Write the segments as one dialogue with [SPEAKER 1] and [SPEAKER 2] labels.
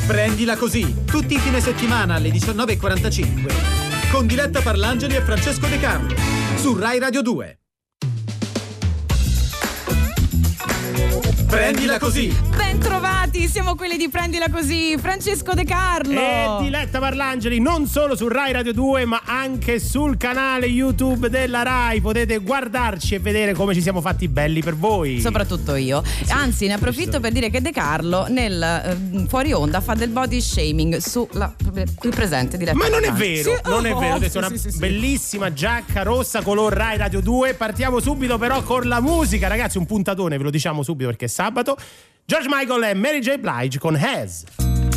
[SPEAKER 1] Prendila così, tutti i fine settimana alle 19:45 con Diletta Parlangeli e Francesco De Carlo su Rai Radio 2. Prendila così.
[SPEAKER 2] Ben trovati, siamo quelli di Prendila Così, Francesco De Carlo
[SPEAKER 3] e Diletta Parlangeli, non solo su Rai Radio 2 ma anche sul canale YouTube della Rai. Potete guardarci e vedere come ci siamo fatti belli per voi.
[SPEAKER 2] Soprattutto io.
[SPEAKER 3] Sì,
[SPEAKER 2] anzi, ne approfitto per dire che De Carlo nel fuori onda fa del body shaming sulla qui presente Diletta.
[SPEAKER 3] Ma non è vero,
[SPEAKER 2] sì,
[SPEAKER 3] non è vero. Adesso
[SPEAKER 2] sì,
[SPEAKER 3] una bellissima giacca rossa color Rai Radio 2. Partiamo subito però con la musica, ragazzi, un puntatone, ve lo diciamo subito perché è sabato. George Michael e Mary J. Blige con Has.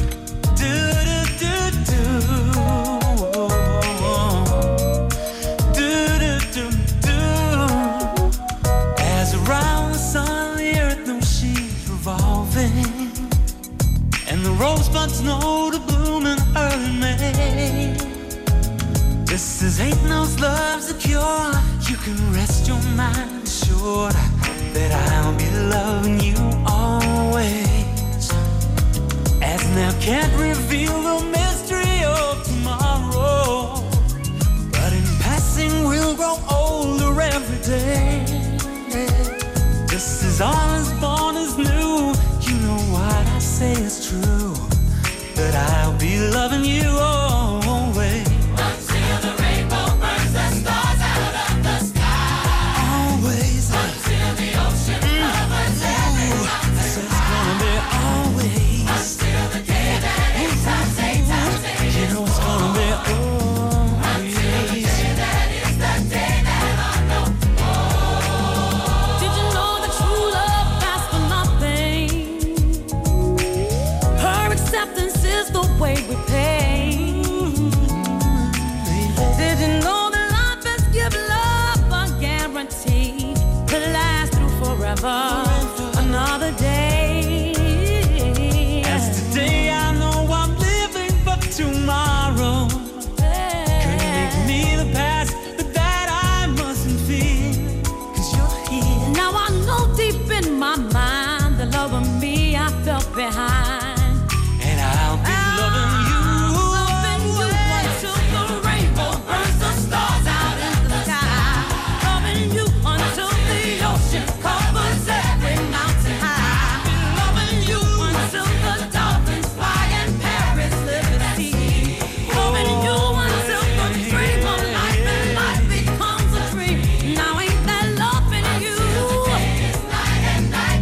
[SPEAKER 4] As around the sun, the earth knows she's revolving, and the rosebuds know to bloom in early May. This is ain't no's love's a cure. You can rest your mind assured that I'll be loving you always. As now can't reveal the mystery of tomorrow, but in passing we'll grow older every day. This is all as born as new. You know what I say is true, that I'll be loving you always. Until the rainbow burns the stars out of the sky. Always. Until the ocean covers every mountain. This is gonna be always. Until the day that it stops, you know it's gonna be always. Until the day that is the day that I know.
[SPEAKER 5] Did you know that true love lasts for nothing? Her acceptance is the way we pay. Did you know that life has given love a guarantee to last through forever? Another day.
[SPEAKER 4] As today I know I'm living for tomorrow. Could make me the past, but that I mustn't fear, 'cause you're here.
[SPEAKER 5] Now I know deep in my mind the love of me I felt behind.
[SPEAKER 4] And I'll be loving you.
[SPEAKER 5] Loving you until the rainbow burns the stars out in the sky. Loving you until the ocean covers every mountain high. Loving you until the dolphins fly and Paris live at sea. Loving you until the dream of life and life becomes a dream. Now ain't that loving you? Night and night.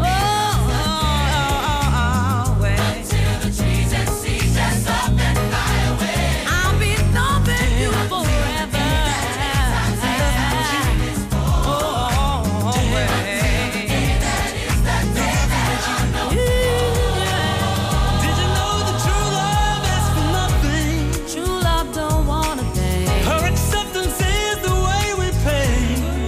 [SPEAKER 5] Until the trees and seas just up and fly away. I'll be loving you forever.
[SPEAKER 4] Did you know that true love asks for nothing?
[SPEAKER 5] True love don't want a thing.
[SPEAKER 4] Her acceptance is the way we pay.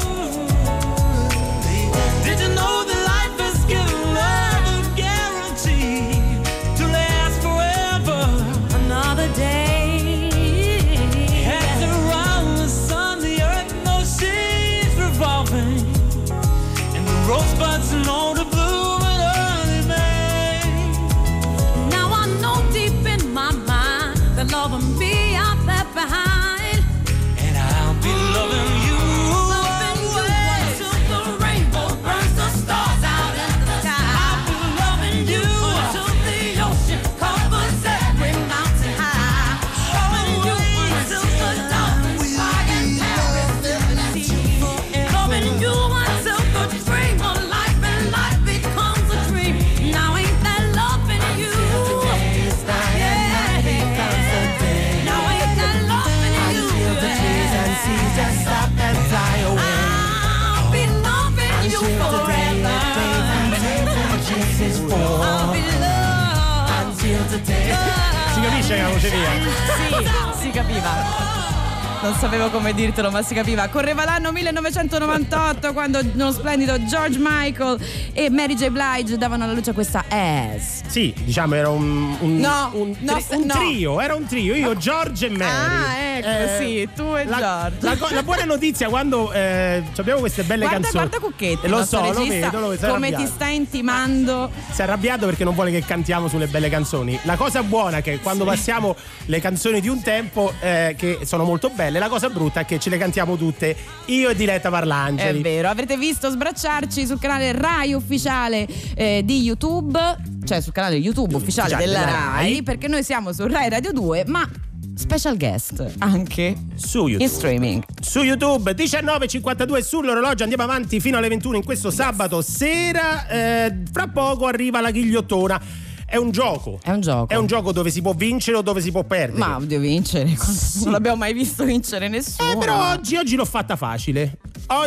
[SPEAKER 4] Did you know that life has given love a guarantee to last forever?
[SPEAKER 5] Another day.
[SPEAKER 4] As around the sun, the earth knows she's revolving, and the rosebuds know to bloom in early May.
[SPEAKER 5] Now I know deep in my mind the love of me I left behind.
[SPEAKER 4] And I'll be loving you.
[SPEAKER 5] Loving you until the rainbow burns the stars out in the sky.
[SPEAKER 4] I'll be loving you
[SPEAKER 5] Until the ocean covers every mountain high. Loving you until the dolphins fly and Paris live at sea. Loving you until the dream of life and life becomes a dream. Now ain't that loving you? Yeah. Now ain't that loving you?
[SPEAKER 4] until the trees and seas just stop and fly away.
[SPEAKER 5] I'll be loving you forever. I'll be loved.
[SPEAKER 4] Until the day.
[SPEAKER 3] Si capisce che la voce via?
[SPEAKER 2] Sì, si capiva. Non sapevo come dirtelo, ma si capiva. Correva l'anno 1998 quando uno splendido George Michael e Mary J. Blige davano alla luce questa As.
[SPEAKER 3] Sì, diciamo era un trio, era un trio, io, George e Mary.
[SPEAKER 2] Ah, ecco, sì, tu e George.
[SPEAKER 3] La buona notizia quando abbiamo queste belle canzoni.
[SPEAKER 2] Guarda Cucchetti,
[SPEAKER 3] lo
[SPEAKER 2] il
[SPEAKER 3] so,
[SPEAKER 2] nostro
[SPEAKER 3] lo
[SPEAKER 2] regista,
[SPEAKER 3] vedo,
[SPEAKER 2] come ti sta intimando.
[SPEAKER 3] Si è arrabbiato perché non vuole che cantiamo sulle belle canzoni. La cosa buona è che quando passiamo le canzoni di un tempo che sono molto belle, la cosa brutta è che ce le cantiamo tutte io e Diletta Parlangeli.
[SPEAKER 2] È vero, avrete visto sbracciarci sul canale Rai ufficiale di YouTube, cioè sul canale YouTube ufficiale della Rai, perché noi siamo su Rai Radio 2, ma special guest anche
[SPEAKER 3] su YouTube.
[SPEAKER 2] In streaming
[SPEAKER 3] su YouTube 19:52 sull'orologio. Andiamo avanti fino alle 21 in questo sabato sera. Fra poco arriva la ghigliottona. È un gioco. È un gioco dove si può vincere o dove si può perdere.
[SPEAKER 2] Ma oddio, vincere? Sì. Non l'abbiamo mai visto vincere nessuno.
[SPEAKER 3] Però oggi l'ho fatta facile.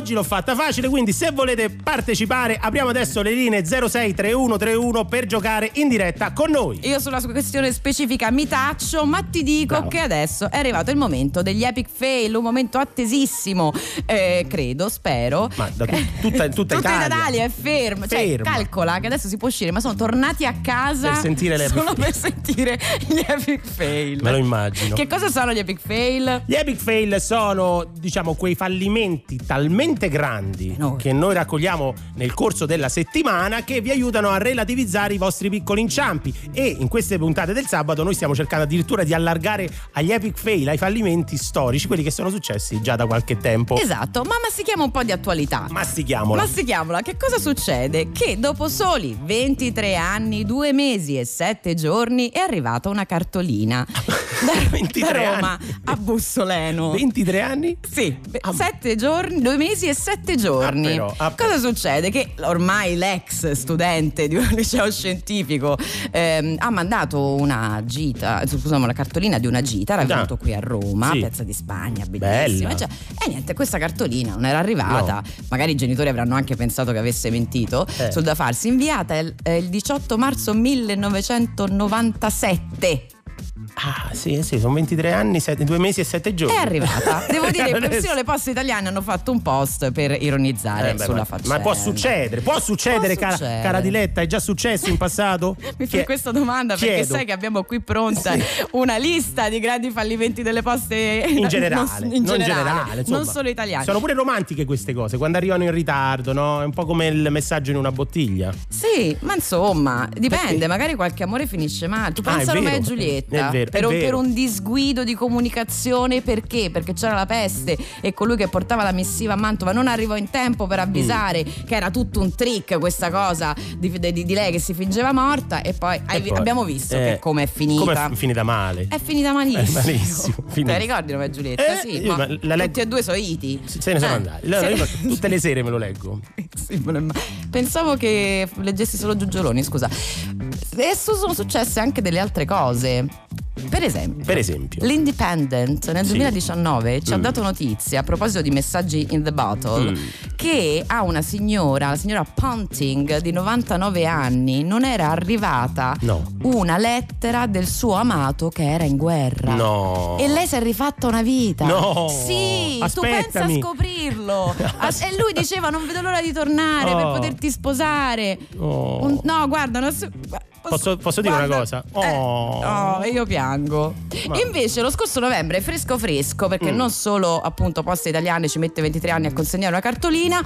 [SPEAKER 3] Quindi se volete partecipare apriamo adesso le linee 063131 per giocare in diretta con noi.
[SPEAKER 2] Io sulla questione specifica mi taccio, ma ti dico che adesso è arrivato il momento degli epic fail, un momento attesissimo, credo, spero.
[SPEAKER 3] Ma da tutta Italia.
[SPEAKER 2] Italia è ferma. Cioè, calcola che adesso si può uscire, ma sono tornati a casa
[SPEAKER 3] per sentire
[SPEAKER 2] per sentire gli epic fail.
[SPEAKER 3] Me lo immagino.
[SPEAKER 2] Che cosa sono gli epic fail?
[SPEAKER 3] Gli epic fail sono, diciamo, quei fallimenti talmente grandi che noi raccogliamo nel corso della settimana che vi aiutano a relativizzare i vostri piccoli inciampi, e in queste puntate del sabato noi stiamo cercando addirittura di allargare agli epic fail, ai fallimenti storici, quelli che sono successi già da qualche tempo.
[SPEAKER 2] Esatto, ma mastichiamo un po' di attualità. Mastichiamola. Che cosa succede? Che dopo soli 23 anni, 2 mesi e 7 giorni è arrivata una cartolina da Roma a Bussoleno.
[SPEAKER 3] 23 anni?
[SPEAKER 2] Sì, 7 giorni, 2 mesi e 7 giorni. Cosa succede? Che ormai l'ex studente di un liceo scientifico ha mandato una cartolina di una gita, era venuto qui a Roma, Piazza di Spagna, bellissima. Cioè, e niente, questa cartolina non era arrivata. Magari i genitori avranno anche pensato che avesse mentito sul da farsi. Inviata il 18 marzo 1997.
[SPEAKER 3] Ah, sì, sono 23 anni, 2 mesi e 7 giorni.
[SPEAKER 2] È arrivata. Devo dire che persino le Poste Italiane hanno fatto un post per ironizzare sulla faccenda.
[SPEAKER 3] Ma può succedere, cara Diletta, è già successo in passato?
[SPEAKER 2] Mi fai questa domanda perché sai che abbiamo qui pronta una lista di grandi fallimenti delle poste
[SPEAKER 3] in generale, insomma,
[SPEAKER 2] non solo italiane.
[SPEAKER 3] Sono pure romantiche queste cose, quando arrivano in ritardo, no? È un po' come il messaggio in una bottiglia.
[SPEAKER 2] Sì, ma insomma, dipende, magari qualche amore finisce male. Tu pensa a Romeo e Giulietta.
[SPEAKER 3] È vero.
[SPEAKER 2] Per un disguido di comunicazione, perché? Perché c'era la peste e colui che portava la missiva a Mantova non arrivò in tempo per avvisare che era tutto un trick questa cosa di lei che si fingeva morta, e poi abbiamo visto che come è finita.
[SPEAKER 3] Come è finita male.
[SPEAKER 2] È finita malissimo.
[SPEAKER 3] Malissimo.
[SPEAKER 2] Te ricordi Romeo e Giulietta? Sì, ma tutti e due sono iti.
[SPEAKER 3] Se ne sono andati. Io tutte le sere me lo leggo.
[SPEAKER 2] Sì, pensavo che leggessi solo Giugioloni, scusa. Adesso sono successe anche delle altre cose. Per esempio, l'Independent nel 2019 ci ha dato notizia a proposito di messaggi in the bottle che a una signora, la signora Ponting di 99 anni, non era arrivata una lettera del suo amato che era in guerra. E lei si è rifatta una vita. Sì,
[SPEAKER 3] aspettami.
[SPEAKER 2] tu pensa a scoprirlo. E lui diceva non vedo l'ora di tornare per poterti sposare. No, guarda,
[SPEAKER 3] Posso dire una cosa?
[SPEAKER 2] Io piango. Invece lo scorso novembre, fresco perché non solo appunto Poste Italiane ci mette 23 anni a consegnare una cartolina,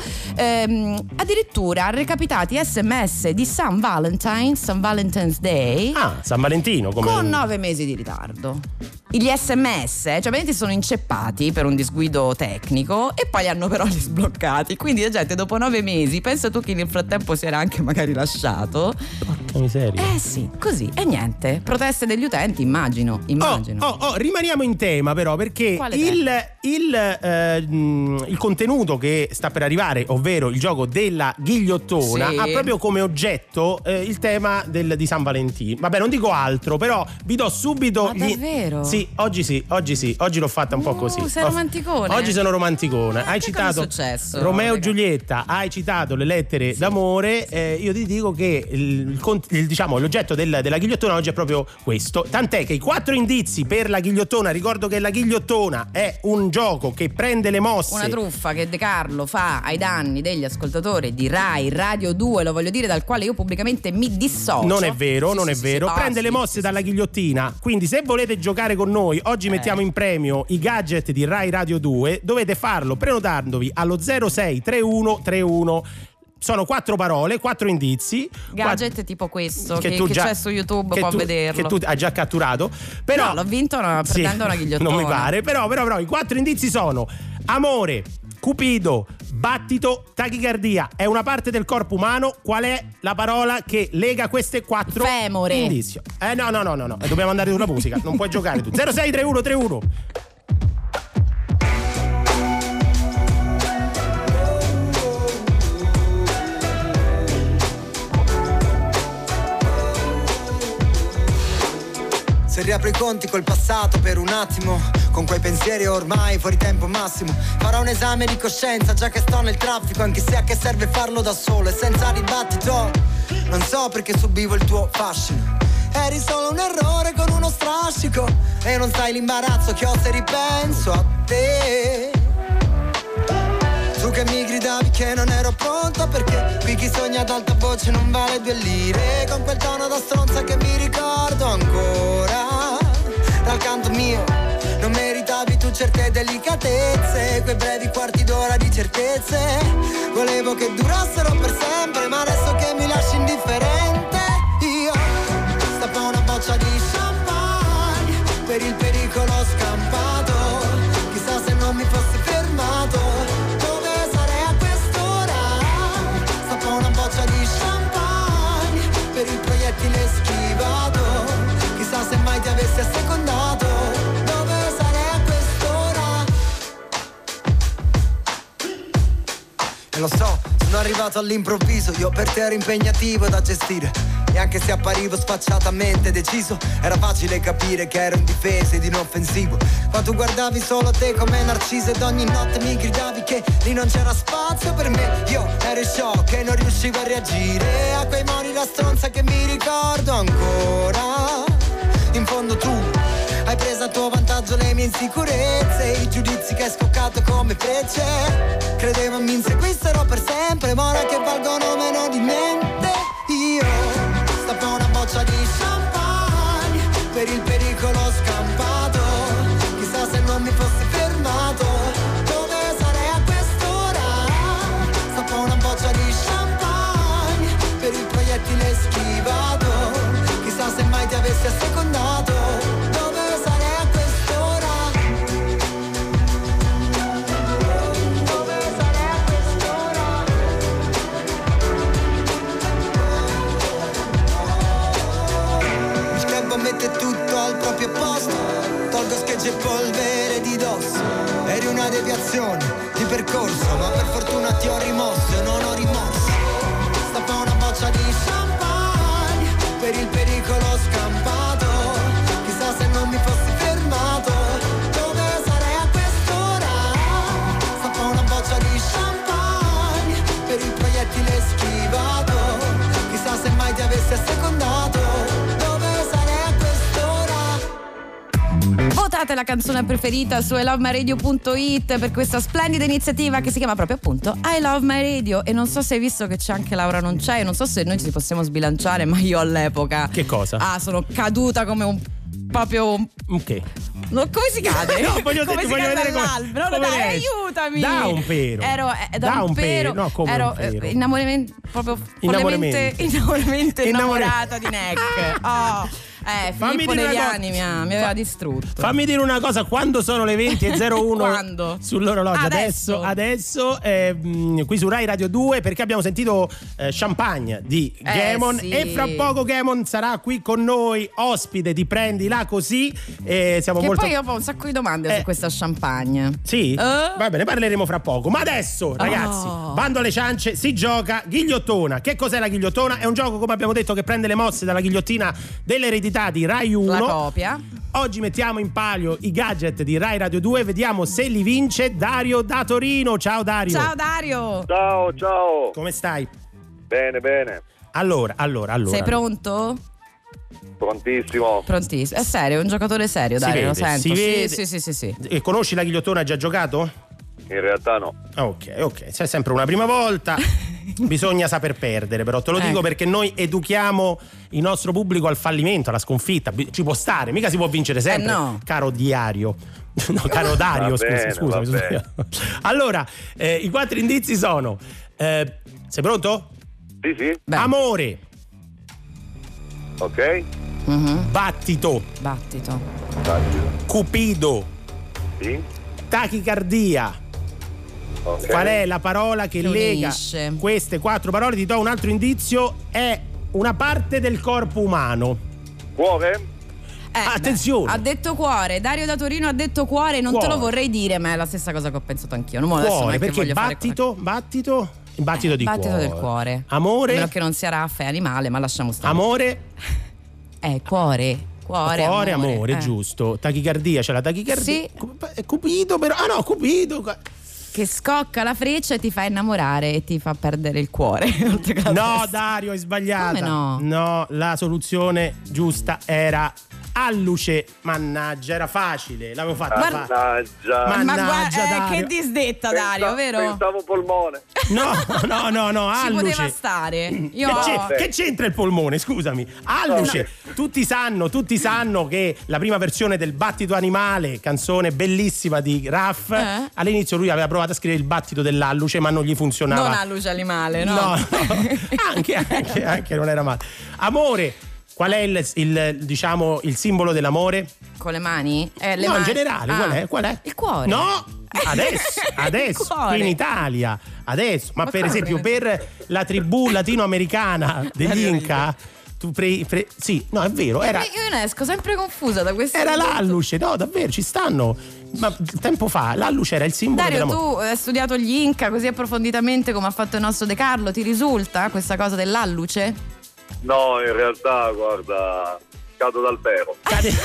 [SPEAKER 2] addirittura recapitati SMS di San Valentine's Day.
[SPEAKER 3] San Valentino
[SPEAKER 2] con 9 mesi di ritardo. Gli SMS, cioè ovviamente sono inceppati per un disguido tecnico e poi li hanno però sbloccati. Quindi la gente dopo 9 mesi, pensa tu che nel frattempo si era anche magari lasciato.
[SPEAKER 3] Porca miseria.
[SPEAKER 2] Sì, così. E niente, proteste degli utenti, immagino.
[SPEAKER 3] Rimaniamo in tema però, perché il contenuto che sta per arrivare, ovvero il gioco della ghigliottona, ha proprio come oggetto il tema di San Valentino. Vabbè, non dico altro, però vi do subito
[SPEAKER 2] davvero?
[SPEAKER 3] Sì, oggi l'ho fatta un po' così.
[SPEAKER 2] Sei romanticone.
[SPEAKER 3] Oggi sono romanticone. Hai
[SPEAKER 2] citato
[SPEAKER 3] successo, Romeo e Giulietta, hai citato le lettere d'amore. Io ti dico che l'oggetto della ghigliottona oggi è proprio questo. Tant'è che i 4 indizi per la ghigliottona, ricordo che la ghigliottona è un gioco che prende le mosse.
[SPEAKER 2] Una truffa che De Carlo fa ai danni degli ascoltatori di Rai Radio 2, lo voglio dire, dal quale io pubblicamente mi dissocio.
[SPEAKER 3] Non è vero,
[SPEAKER 2] sì,
[SPEAKER 3] non
[SPEAKER 2] sì,
[SPEAKER 3] è
[SPEAKER 2] sì,
[SPEAKER 3] vero.
[SPEAKER 2] sì.
[SPEAKER 3] Prende le mosse dalla ghigliottina. Quindi se volete giocare con noi, oggi mettiamo in premio i gadget di Rai Radio 2. Dovete farlo prenotandovi allo 063131. Sono 4 parole, 4 indizi.
[SPEAKER 2] Gadget tipo questo che
[SPEAKER 3] già,
[SPEAKER 2] c'è su YouTube, può vederlo.
[SPEAKER 3] Che tu hai già catturato. Però,
[SPEAKER 2] no, l'ho vinto prendendo una ghigliottina.
[SPEAKER 3] Non mi pare, però i 4 indizi sono amore, cupido, battito, tachicardia. È una parte del corpo umano. Qual è la parola che lega queste 4
[SPEAKER 2] Femore.
[SPEAKER 3] indizi? No. Dobbiamo andare sulla musica. Non puoi giocare tu. 063131.
[SPEAKER 6] Se riapro i conti col passato per un attimo, con quei pensieri ormai fuori tempo massimo, farò un esame di coscienza già che sto nel traffico, anche se a che serve farlo da solo e senza dibattito. Non so perché subivo il tuo fascino, eri solo un errore con uno strascico, e non sai l'imbarazzo che ho se ripenso a te. Tu che mi gridavi che non ero pronta, perché qui chi sogna ad alta voce non vale 2 lire, con quel tono da stronza che mi ricordo ancora. Dal canto mio non meritavi tu certe delicatezze, quei brevi quarti d'ora di certezze. Volevo che durassero per sempre, ma adesso che mi lasci indifferente, io stappo una boccia di champagne per il pericolo scampato. Chissà se non mi fossi fermato, una boccia di champagne per il proiettile schivato. Chissà se mai ti avessi assecondato, dove sarei a quest'ora. E lo so, sono arrivato all'improvviso, io per te ero impegnativo da gestire, e anche se apparivo sfacciatamente deciso, era facile capire che ero indifeso ed inoffensivo. Ma tu guardavi solo te come Narciso ed ogni notte mi gridavi che lì non c'era spazio per me. Io ero in shock e non riuscivo a reagire a quei moni da stronza che mi ricordo ancora. In fondo tu hai preso a tuo vantaggio le mie insicurezze, i giudizi che hai scoccato come frecce. Credevo mi inseguissero per sempre, ma ora che valgono meno di niente, io stappo una boccia di champagne per il pericolo scampato. Chissà se non mi fossi fermato, dove sarei a quest'ora. Stappo una boccia di champagne per il proiettile schivato. Chissà se mai ti avessi assecondato, dove sarei a quest'ora. Dove sarei a quest'ora. Il tempo mette tutto al proprio posto, tolgo schegge e polvere di dosso. Eri una deviazione di percorso, ma per fortuna ti ho rimosso e non ho rimorso. Stappo una boccia di champagne per il pericolo scampato. Chissà se non mi fossi fermato, dove sarei a quest'ora. Stappo una boccia di champagne per il proiettile schivato. Chissà se mai ti avessi assecondato, dove sarei a quest'ora.
[SPEAKER 2] Votate la canzone preferita su ilovemyradio.it per questa splendida iniziativa che si chiama proprio appunto I Love My Radio. E non so se hai visto che c'è anche Laura Non C'è, non so se noi ci possiamo sbilanciare, ma io all'epoca
[SPEAKER 3] che cosa?
[SPEAKER 2] Sono caduta come un proprio
[SPEAKER 3] che?
[SPEAKER 2] No, come si cade?
[SPEAKER 3] No, voglio vedere
[SPEAKER 2] dall'albero.
[SPEAKER 3] come
[SPEAKER 2] Dai, aiutami.
[SPEAKER 3] Da un pero.
[SPEAKER 2] Ero da un pero.
[SPEAKER 3] No, come
[SPEAKER 2] ero
[SPEAKER 3] un pero.
[SPEAKER 2] Innamoramento innamorata di Neck. Oh. Filippo Deviani mi aveva distrutto.
[SPEAKER 3] Fammi dire una cosa, quando sono le 20:01
[SPEAKER 2] quando?
[SPEAKER 3] Sull'orologio adesso qui su Rai Radio 2, perché abbiamo sentito Champagne di Gamon,
[SPEAKER 2] sì.
[SPEAKER 3] E fra poco Gamon sarà qui con noi ospite di Prendila Così, siamo
[SPEAKER 2] che
[SPEAKER 3] molto...
[SPEAKER 2] poi io ho un sacco di domande su questa Champagne.
[SPEAKER 3] Sì? Va bene, parleremo fra poco. Ma adesso, ragazzi, bando alle ciance, si gioca ghigliottona. Che cos'è la ghigliottona? È un gioco, come abbiamo detto, che prende le mosse dalla ghigliottina dell'eredità di Rai 1.
[SPEAKER 2] La copia.
[SPEAKER 3] Oggi mettiamo in palio i gadget di Rai Radio 2. Vediamo se li vince Dario da Torino. Ciao Dario.
[SPEAKER 2] Ciao Dario.
[SPEAKER 7] Ciao.
[SPEAKER 3] Come stai?
[SPEAKER 7] Bene.
[SPEAKER 3] Allora.
[SPEAKER 2] Sei pronto?
[SPEAKER 7] Prontissimo.
[SPEAKER 2] Prontissimo. È serio, è un giocatore serio, Dario, lo sento.
[SPEAKER 3] Si vede.
[SPEAKER 2] Sì.
[SPEAKER 3] E conosci la ghigliottona? Hai già giocato?
[SPEAKER 7] In realtà no.
[SPEAKER 3] Ok, c'è sempre una prima volta. Bisogna saper perdere, però te lo dico perché noi educhiamo il nostro pubblico al fallimento, alla sconfitta. Ci può stare, mica si può vincere sempre,
[SPEAKER 2] no.
[SPEAKER 3] Caro Diario. No, caro Dario, scusami. Allora, i 4 indizi sono: sei pronto?
[SPEAKER 7] Sì.
[SPEAKER 2] Beh.
[SPEAKER 3] Amore.
[SPEAKER 7] Ok.
[SPEAKER 3] Battito. Cupido.
[SPEAKER 7] Sì.
[SPEAKER 3] Tachicardia.
[SPEAKER 7] Okay.
[SPEAKER 3] Qual è la parola che lega
[SPEAKER 2] unisce
[SPEAKER 3] queste 4 parole? Ti do un altro indizio: è una parte del corpo umano.
[SPEAKER 7] Cuore?
[SPEAKER 3] Attenzione.
[SPEAKER 2] Ha detto cuore, Dario da Torino ha detto cuore, non te lo vorrei dire, ma è la stessa cosa che ho pensato anch'io.
[SPEAKER 3] Cuore, perché battito, il battito di
[SPEAKER 2] battito
[SPEAKER 3] cuore.
[SPEAKER 2] Del cuore.
[SPEAKER 3] Amore?
[SPEAKER 2] A meno che non sia raffa, è animale, ma lasciamo stare.
[SPEAKER 3] Amore?
[SPEAKER 2] Cuore,
[SPEAKER 3] amore, giusto. Tachicardia, c'è la tachicardia.
[SPEAKER 2] Sì.
[SPEAKER 3] Cupido però. Ah no, Cupido.
[SPEAKER 2] Che scocca la freccia e ti fa innamorare e ti fa perdere il cuore.
[SPEAKER 3] No, Dario, hai sbagliato.
[SPEAKER 2] Come no?
[SPEAKER 3] No, la soluzione giusta era alluce. Mannaggia, era facile. L'avevo fatta.
[SPEAKER 7] Mannaggia.
[SPEAKER 2] Ma guarda, che disdetta, Dario, vero?
[SPEAKER 7] Pensavo polmone.
[SPEAKER 3] No, alluce.
[SPEAKER 2] Ci poteva stare.
[SPEAKER 3] Che c'entra il polmone? Scusami. Alluce. Tutti sanno che la prima versione del Battito Animale, canzone bellissima di Raff, all'inizio lui aveva provato a scrivere il battito dell'alluce, ma non gli funzionava.
[SPEAKER 2] Non alluce animale, no?
[SPEAKER 3] No. anche non era male. Amore. Qual è il simbolo dell'amore?
[SPEAKER 2] Con le mani?
[SPEAKER 3] In generale, qual è?
[SPEAKER 2] Il cuore.
[SPEAKER 3] No, adesso qui in Italia, adesso. Ma per esempio per la tribù latinoamericana degli Inca, sì, no, è vero, era.
[SPEAKER 2] Io ne esco sempre confusa da questo.
[SPEAKER 3] Era l'alluce, no, davvero, ci stanno. Ma tempo fa l'alluce era il simbolo dell'amore.
[SPEAKER 2] Dario, tu hai studiato gli Inca così approfonditamente come ha fatto il nostro De Carlo, ti risulta questa cosa dell'alluce?
[SPEAKER 7] No, in realtà, guarda, cado dal pero.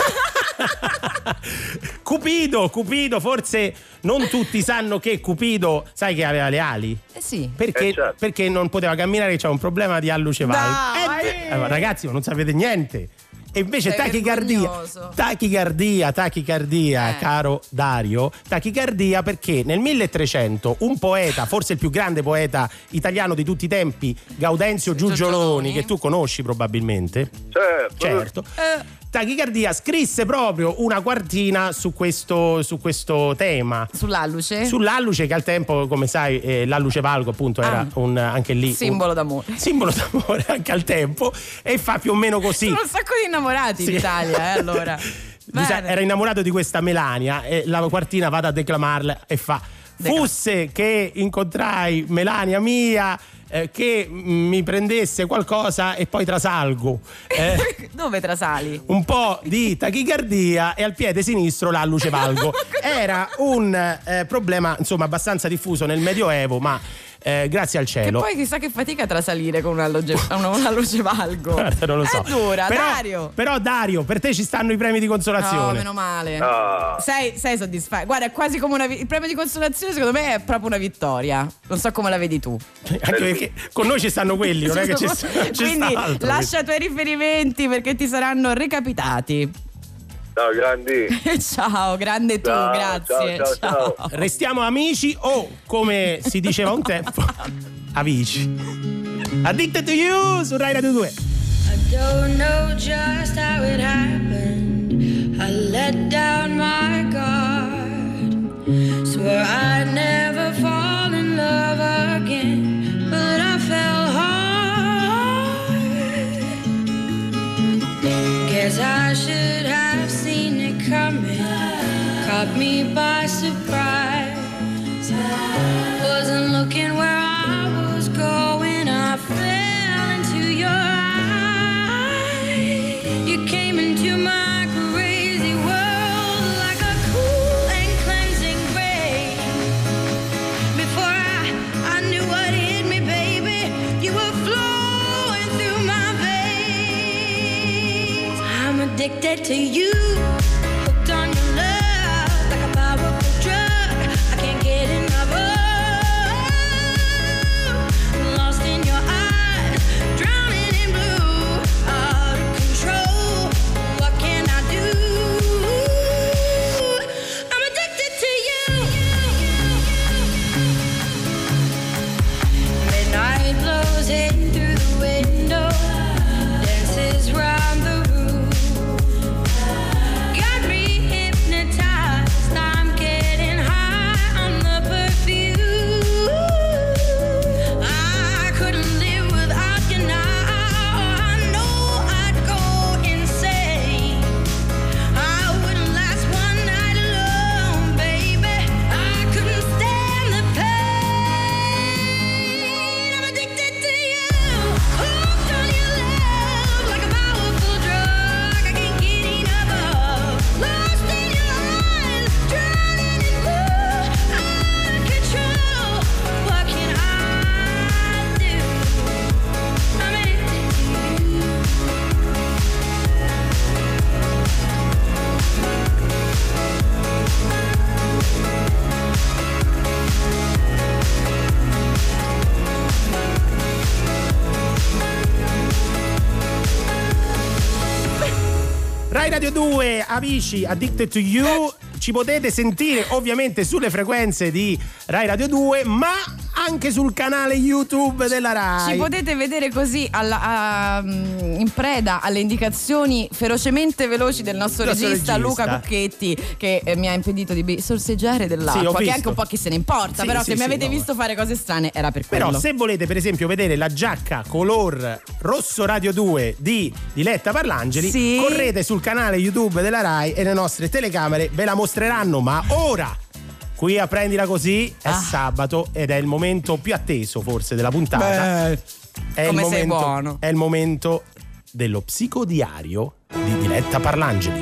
[SPEAKER 3] Cupido, forse non tutti sanno che Cupido, sai che aveva le ali?
[SPEAKER 2] Sì.
[SPEAKER 3] Perché non poteva camminare, c'era un problema di alluce valgo. Ragazzi, ma non sapete niente. E invece tachicardia, caro Dario, tachicardia perché nel 1300 un poeta, forse il più grande poeta italiano di tutti i tempi, Gaudenzio Giugioloni, che tu conosci probabilmente. Certo. Tachicardia scrisse proprio una quartina su questo tema. Sull'alluce che al tempo, come sai, l'alluce valgo appunto era anche lì
[SPEAKER 2] simbolo d'amore
[SPEAKER 3] anche al tempo, e fa più o meno così.
[SPEAKER 2] Sono un sacco di innamorati in Italia, allora.
[SPEAKER 3] Era innamorato di questa Melania e la quartina vado a declamarla e fa: fosse che incontrai Melania mia, che mi prendesse qualcosa e poi trasalgo.
[SPEAKER 2] Dove trasali?
[SPEAKER 3] Un po' di tachicardia e al piede sinistro l'alluce valgo. Era un problema insomma abbastanza diffuso nel Medioevo, ma grazie al cielo.
[SPEAKER 2] Che poi chissà che fatica a trasalire con una luce valgo.
[SPEAKER 3] Guarda, non lo so.
[SPEAKER 2] È dura, Dario.
[SPEAKER 3] Però Dario, per te ci stanno i premi di consolazione.
[SPEAKER 2] No, meno male. Sei soddisfatto? Guarda, è quasi come il premio di consolazione, secondo me è proprio una vittoria. Non so come la vedi tu.
[SPEAKER 3] Anche perché con noi ci stanno quelli, non è che ci
[SPEAKER 2] quindi
[SPEAKER 3] sta altro.
[SPEAKER 2] Lascia i tuoi riferimenti perché ti saranno recapitati.
[SPEAKER 7] Ciao grandi.
[SPEAKER 2] Ciao, grande tu, grazie.
[SPEAKER 7] Ciao.
[SPEAKER 3] Restiamo amici o, come si diceva un tempo, amici. Addicted to You su Rai Radio 2.
[SPEAKER 8] I don't know just how it happened. I let down my guard. Swore I'd never fall in love again, but I fell hard. Guess I should have seen it coming. Caught me by surprise. Wasn't looking where I was going. I fell into your eyes. You came into my crazy world like a cool and cleansing rain. Before I knew what hit me, baby, you were flowing through my veins. I'm addicted to you, hooked on your love like a powerful drug. I can't get enough of. Lost in your eyes, drowning in blue, out of control.
[SPEAKER 3] Rai Radio 2, amici, Addicted to You. Ci potete sentire ovviamente sulle frequenze di Rai Radio 2, ma anche sul canale YouTube della Rai.
[SPEAKER 2] Ci potete vedere così in preda alle indicazioni ferocemente veloci del nostro regista Luca Cucchetti, che mi ha impedito di sorseggiare dell'acqua, che anche un po' chi se ne importa, però se mi avete visto fare cose strane era per quello.
[SPEAKER 3] Però se volete per esempio vedere la giacca color rosso Radio 2 di Diletta Parlangeli, correte sul canale YouTube della Rai e le nostre telecamere ve la mostreranno. Ma ora qui a Prendila Così è sabato ed è il momento più atteso forse della puntata.
[SPEAKER 2] Sei buono.
[SPEAKER 3] È il momento dello psicodiario di Diletta Parlangeli.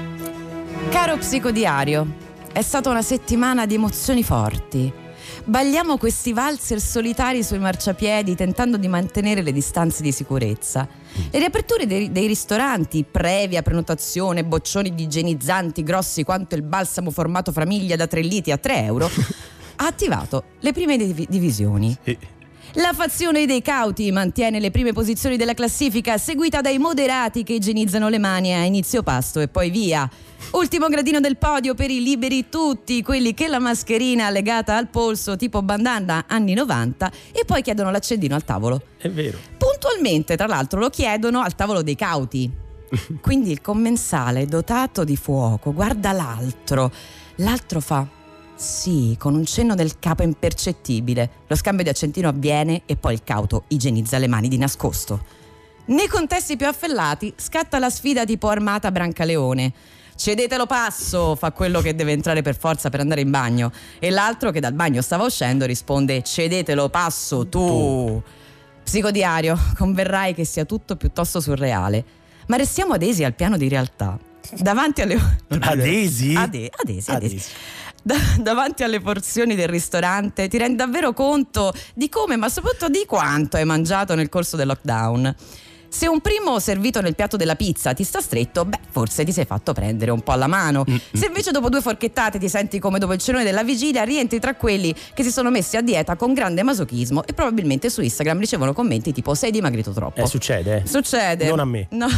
[SPEAKER 2] Caro psicodiario, è stata una settimana di emozioni forti. Balliamo questi valzer solitari sui marciapiedi tentando di mantenere le distanze di sicurezza. Le riaperture dei ristoranti, previa prenotazione, boccioni di igienizzanti grossi quanto il balsamo formato famiglia da 3 litri a 3 euro, ha attivato le prime divisioni. La fazione dei cauti mantiene le prime posizioni della classifica, seguita dai moderati che igienizzano le mani a inizio pasto e poi via. Ultimo gradino del podio per i liberi tutti, quelli che la mascherina legata al polso tipo bandana anni 90 e poi chiedono l'accendino al tavolo.
[SPEAKER 3] È vero.
[SPEAKER 2] Puntualmente, tra l'altro, lo chiedono al tavolo dei cauti. Quindi il commensale dotato di fuoco guarda l'altro fa sì, con un cenno del capo impercettibile. Lo scambio di accendino avviene e poi il cauto igienizza le mani di nascosto. Nei contesti più affellati scatta la sfida tipo Armata Brancaleone. Cedetelo passo, fa quello che deve entrare per forza per andare in bagno, e l'altro che dal bagno stava uscendo risponde cedetelo passo tu. Psicodiario, converrai che sia tutto piuttosto surreale, ma restiamo adesi al piano di realtà. Davanti alle
[SPEAKER 3] Adesi?
[SPEAKER 2] Adesi. Davanti alle porzioni del ristorante ti rendi davvero conto di come, ma soprattutto di quanto hai mangiato nel corso del lockdown. Se un primo servito nel piatto della pizza ti sta stretto, forse ti sei fatto prendere un po' alla mano. Se invece dopo 2 forchettate ti senti come dopo il cenone della vigilia, rientri tra quelli che si sono messi a dieta con grande masochismo e probabilmente su Instagram ricevono commenti tipo sei dimagrito troppo.
[SPEAKER 3] Succede.
[SPEAKER 2] Succede.
[SPEAKER 3] Non a me.
[SPEAKER 2] No.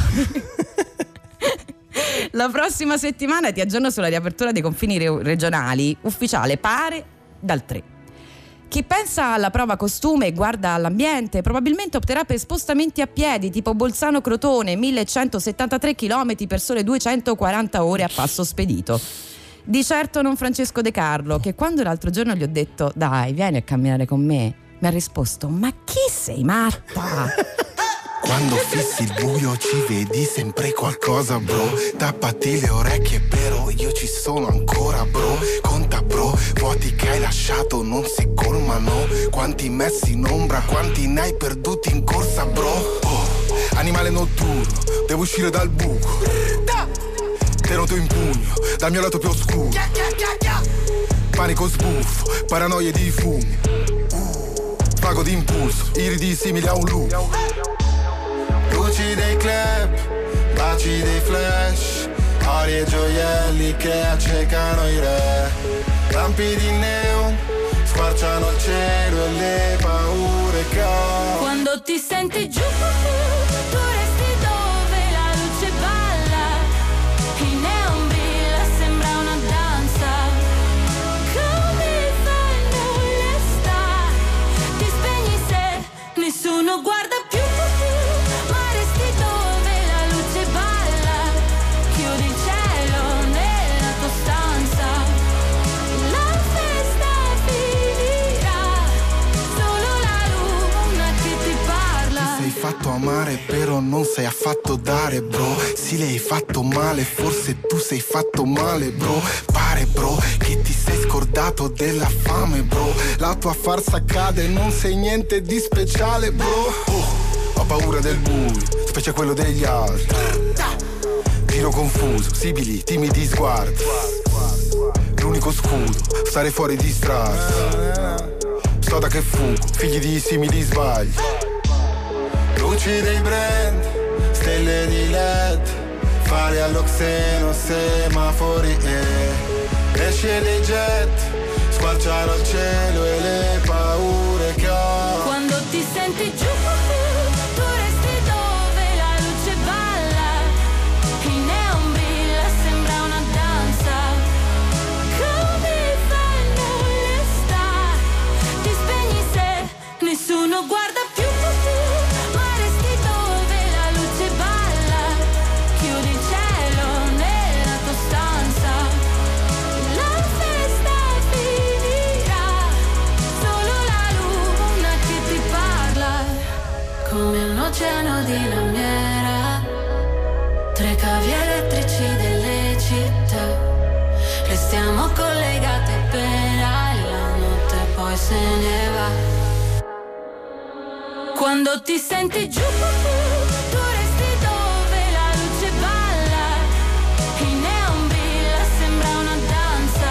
[SPEAKER 2] La prossima settimana ti aggiorno sulla riapertura dei confini regionali, ufficiale pare dal 3. Chi pensa alla prova costume e guarda all'ambiente probabilmente opterà per spostamenti a piedi tipo Bolzano-Crotone, 1173 km per sole 240 ore a passo spedito. Di certo non Francesco De Carlo, che quando l'altro giorno gli ho detto dai vieni a camminare con me, mi ha risposto ma chi sei matta?
[SPEAKER 9] Quando fissi il buio ci vedi sempre qualcosa, bro. Tappati le orecchie, però io ci sono ancora, bro. Conta, bro, vuoti che hai lasciato non si colmano. Quanti messi in ombra, quanti ne hai perduti in corsa, bro. Oh, animale notturno, devo uscire dal buco. Te noto in pugno, dal mio lato più oscuro. Panico sbuffo, paranoie di fumi. Vago d'impulso, iridi simili a un lupo. Luci dei club, baci dei flash, ori e gioielli che accecano i re. Lampi di neon, squarciano il cielo e le paure che ho.
[SPEAKER 5] Quando ti senti giù, tu resti dove la luce balla. Il neon brilla, sembra una danza. Come fai a non restare? Ti spegni se nessuno guarda più.
[SPEAKER 9] Fatto amare però non sei affatto dare, bro. Sì, le hai fatto male, forse tu sei fatto male, bro. Pare, bro, che ti sei scordato della fame, bro. La tua farsa cade, non sei niente di speciale, bro. Ho paura del buio, specie quello degli altri. Tiro confuso, sibili, timidi sguardi. L'unico scudo, stare fuori di strada. So da che fugo, figli di simili sbagli. Luci dei brand, stelle di LED, fari all'oxeno, semafori e esce dei jet, squarciano il cielo e le paure che ho.
[SPEAKER 5] Quando ti senti giù, tu resti dove la luce balla. Il neon brilla.
[SPEAKER 8] Quando ti senti giù, tu resti dove la luce balla, il neon brilla, sembra una danza,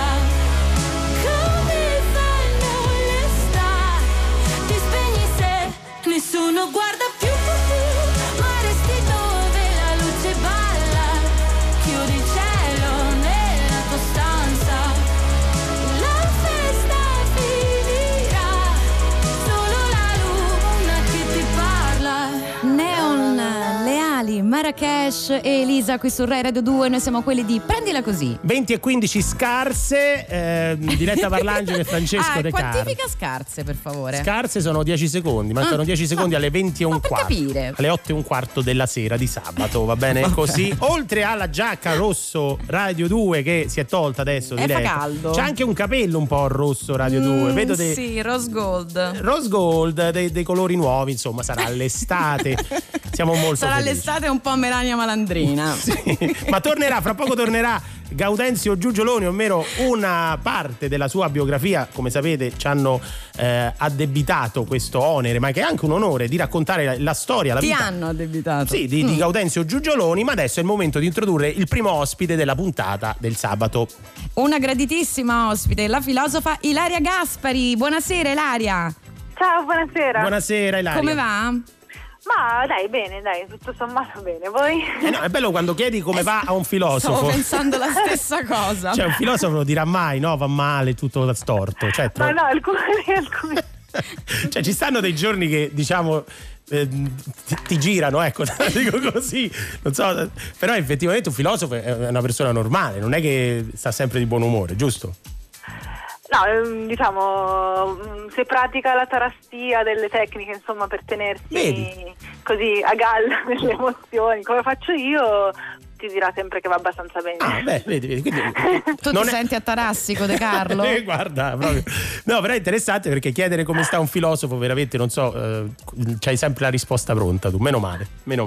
[SPEAKER 8] come fanno le star. Ti spegni se nessuno guarda più, ma resti dove la luce balla, chiudi il cielo nella tua stanza, la festa finirà, solo la luna che ti parla.
[SPEAKER 2] Neon, Leali, Marrakesh e Elisa qui su Rai Radio 2. Noi siamo quelli di Prendila Così.
[SPEAKER 3] 20:15 scarse, Diletta Parlangeli e Francesco De Carlo.
[SPEAKER 2] Quantifica scarse, per favore.
[SPEAKER 3] Scarse sono 10 secondi, mancano 10 secondi alle 20:15.
[SPEAKER 2] Capire.
[SPEAKER 3] Alle 8:15 della sera di sabato, va bene? Così. Oltre alla giacca rosso Radio 2 che si è tolta adesso,
[SPEAKER 2] Fa
[SPEAKER 3] Diletta,
[SPEAKER 2] caldo.
[SPEAKER 3] c'è anche un capello un po' rosso Radio 2. Vedo
[SPEAKER 2] Sì, rose gold.
[SPEAKER 3] Rose gold, dei colori nuovi, insomma, sarà l'estate. Siamo molto
[SPEAKER 2] Sarà
[SPEAKER 3] felici.
[SPEAKER 2] l'estate un po' Melania Malandrina.
[SPEAKER 3] Sì, ma fra poco tornerà Gaudenzio Giugioloni, ovvero una parte della sua biografia. Come sapete ci hanno addebitato questo onere, ma che è anche un onore, di raccontare la storia, la
[SPEAKER 2] Ti
[SPEAKER 3] vita.
[SPEAKER 2] hanno addebitato.
[SPEAKER 3] Sì, di Gaudenzio Giugioloni, ma adesso è il momento di introdurre il primo ospite della puntata del sabato.
[SPEAKER 2] Una graditissima ospite, la filosofa Ilaria Gaspari. Buonasera Ilaria.
[SPEAKER 10] Ciao, buonasera.
[SPEAKER 3] Buonasera Ilaria.
[SPEAKER 2] Come va?
[SPEAKER 10] Ma dai, bene, dai, tutto sommato bene. Voi?
[SPEAKER 3] No, è bello quando chiedi come va a un filosofo.
[SPEAKER 2] Stavo pensando la stessa cosa.
[SPEAKER 3] Cioè un filosofo non dirà mai no, va male, tutto da storto. Cioè,
[SPEAKER 10] Ma no, alcuni.
[SPEAKER 3] Cioè ci stanno dei giorni che diciamo ti girano, ecco, dico così, non so, però effettivamente un filosofo è una persona normale, non è che sta sempre di buon umore, giusto?
[SPEAKER 10] No, diciamo, se pratica la tarastia delle tecniche, insomma, per tenersi così a galla nelle emozioni, come faccio io, ti dirà sempre che va abbastanza bene.
[SPEAKER 3] Ah, beh, vedi.
[SPEAKER 2] Tu ti senti a Tarassico, De Carlo?
[SPEAKER 3] Guarda, proprio. No, però è interessante perché chiedere come sta un filosofo, veramente, non so, c'hai sempre la risposta pronta tu, meno male.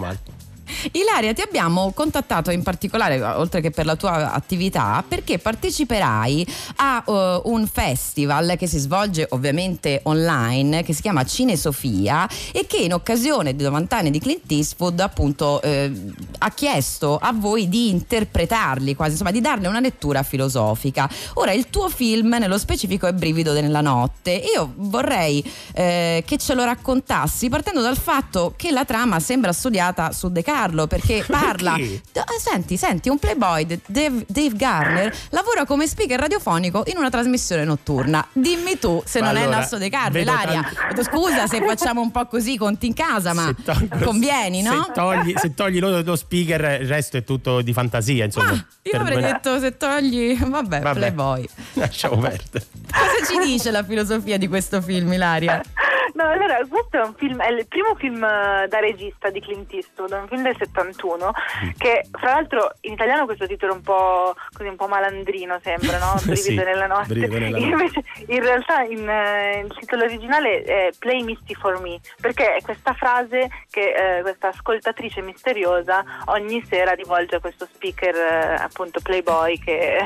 [SPEAKER 2] Ilaria, ti abbiamo contattato in particolare, oltre che per la tua attività, perché parteciperai a un festival che si svolge ovviamente online, che si chiama Cinesofia, e che in occasione dei 90 anni di Clint Eastwood appunto ha chiesto a voi di interpretarli quasi, insomma di darne una lettura filosofica. Ora il tuo film nello specifico è Brivido nella notte. Io vorrei che ce lo raccontassi partendo dal fatto che la trama sembra studiata su De Carlo, perché parla senti, un playboy, Dave Garner, lavora come speaker radiofonico in una trasmissione notturna. Dimmi tu se non è il nostro De Carlo. Ilaria, scusa se facciamo un po' così conti in casa, ma convieni, no?
[SPEAKER 3] Se togli lo speaker, il resto è tutto di fantasia, insomma.
[SPEAKER 2] Io avrei detto se togli vabbè. Playboy.
[SPEAKER 3] Lasciamo perdere.
[SPEAKER 2] Cosa ci dice la filosofia di questo film, Ilaria?
[SPEAKER 10] No, allora, questo è un film, è il primo film da regista di Clint Eastwood, un film del 71, che fra l'altro in italiano questo titolo è un po' malandrino, sembra, no? Brivido nella notte. Invece in realtà il titolo originale è Play Misty for Me, perché è questa frase che questa ascoltatrice misteriosa ogni sera rivolge a questo speaker appunto playboy che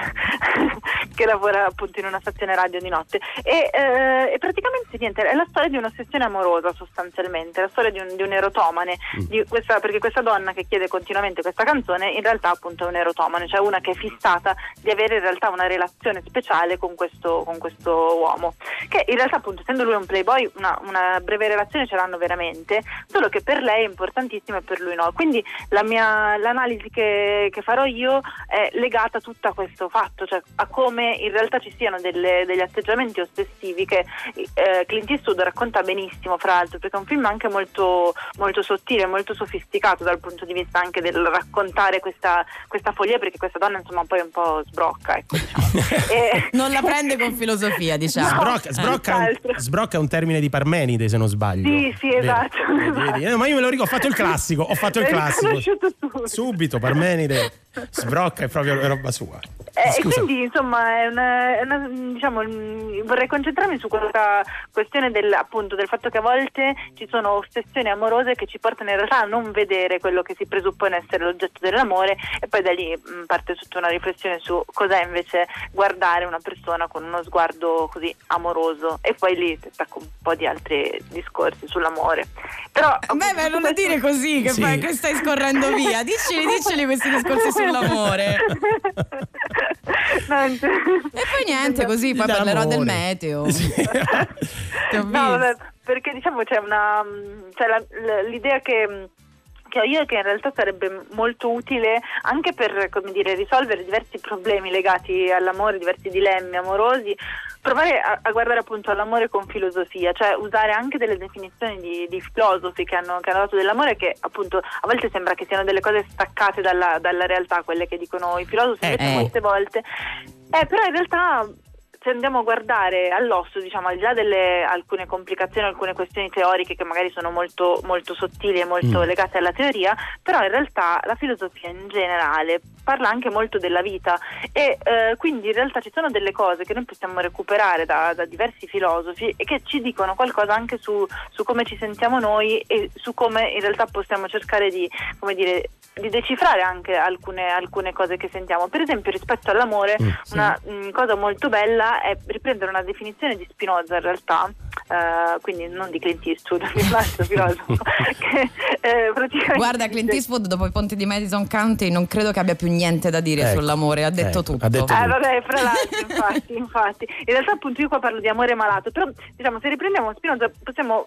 [SPEAKER 10] lavora appunto in una stazione radio di notte, e praticamente niente, è la storia di un'ossessione amorosa, sostanzialmente la storia di un erotomane, perché questa donna che chiede continuamente questa canzone in realtà appunto è un erotomane, cioè una che è fissata di avere in realtà una relazione speciale con questo uomo, che in realtà appunto essendo lui un playboy una breve relazione ce l'hanno veramente, solo che per lei è importantissima e per lui no. Quindi l'analisi che farò io è legata tutta a questo fatto, cioè a come in realtà ci siano degli atteggiamenti ossessivi che Clint Eastwood racconta benissimo, fra l'altro, perché è un film anche molto, molto sottile, molto sofisticato dal punto di vista anche del raccontare questa follia, perché questa donna insomma poi è un po' sbrocca, ecco, diciamo.
[SPEAKER 2] Non la prende con filosofia, diciamo.
[SPEAKER 3] Sbrocca è un termine di Parmenide, se non sbaglio.
[SPEAKER 10] Sì, esatto.
[SPEAKER 3] Vedi. Ma io me lo ricordo, ho fatto il classico. Subito Parmenide, sbrocca è proprio roba sua.
[SPEAKER 10] E quindi insomma diciamo, vorrei concentrarmi su questa questione del fatto che a volte ci sono ossessioni amorose che ci portano in realtà a non vedere quello che si presuppone essere l'oggetto dell'amore, e poi da lì parte tutta una riflessione su cos'è invece guardare una persona con uno sguardo così amoroso, e poi lì si attacca un po' di altri discorsi sull'amore. Però
[SPEAKER 2] beh, non lo dire così che poi che stai scorrendo via. Diceli questi discorsi sull'amore.
[SPEAKER 10] No,
[SPEAKER 2] e poi niente, così poi parlerò del meteo.
[SPEAKER 10] Sì. No, vabbè, perché diciamo c'è l'idea che ho io, che in realtà sarebbe molto utile anche per, come dire, risolvere diversi problemi legati all'amore, diversi dilemmi amorosi, provare a guardare appunto all'amore con filosofia, cioè usare anche delle definizioni di filosofi che hanno dato dell'amore, che appunto a volte sembra che siano delle cose staccate dalla realtà, quelle che dicono i filosofi, invece molte volte però in realtà, se andiamo a guardare all'osso, diciamo, al di là delle alcune complicazioni, alcune questioni teoriche che magari sono molto, molto sottili e molto legate alla teoria, però in realtà la filosofia in generale parla anche molto della vita, e quindi in realtà ci sono delle cose che noi possiamo recuperare da diversi filosofi e che ci dicono qualcosa anche su come ci sentiamo noi, e su come in realtà possiamo cercare di, come dire, di decifrare anche alcune cose che sentiamo. Per esempio, rispetto all'amore, una cosa molto bella è riprendere una definizione di Spinoza, in realtà, quindi non di Clint Eastwood, un altro filosofo che praticamente... Guarda,
[SPEAKER 2] Clint Eastwood dopo i ponti di Madison County non credo che abbia più niente da dire sull'amore, ha detto tutto.
[SPEAKER 10] Vabbè, fra l'altro, infatti. In realtà appunto io qua parlo di amore malato, però diciamo, se riprendiamo Spinoza possiamo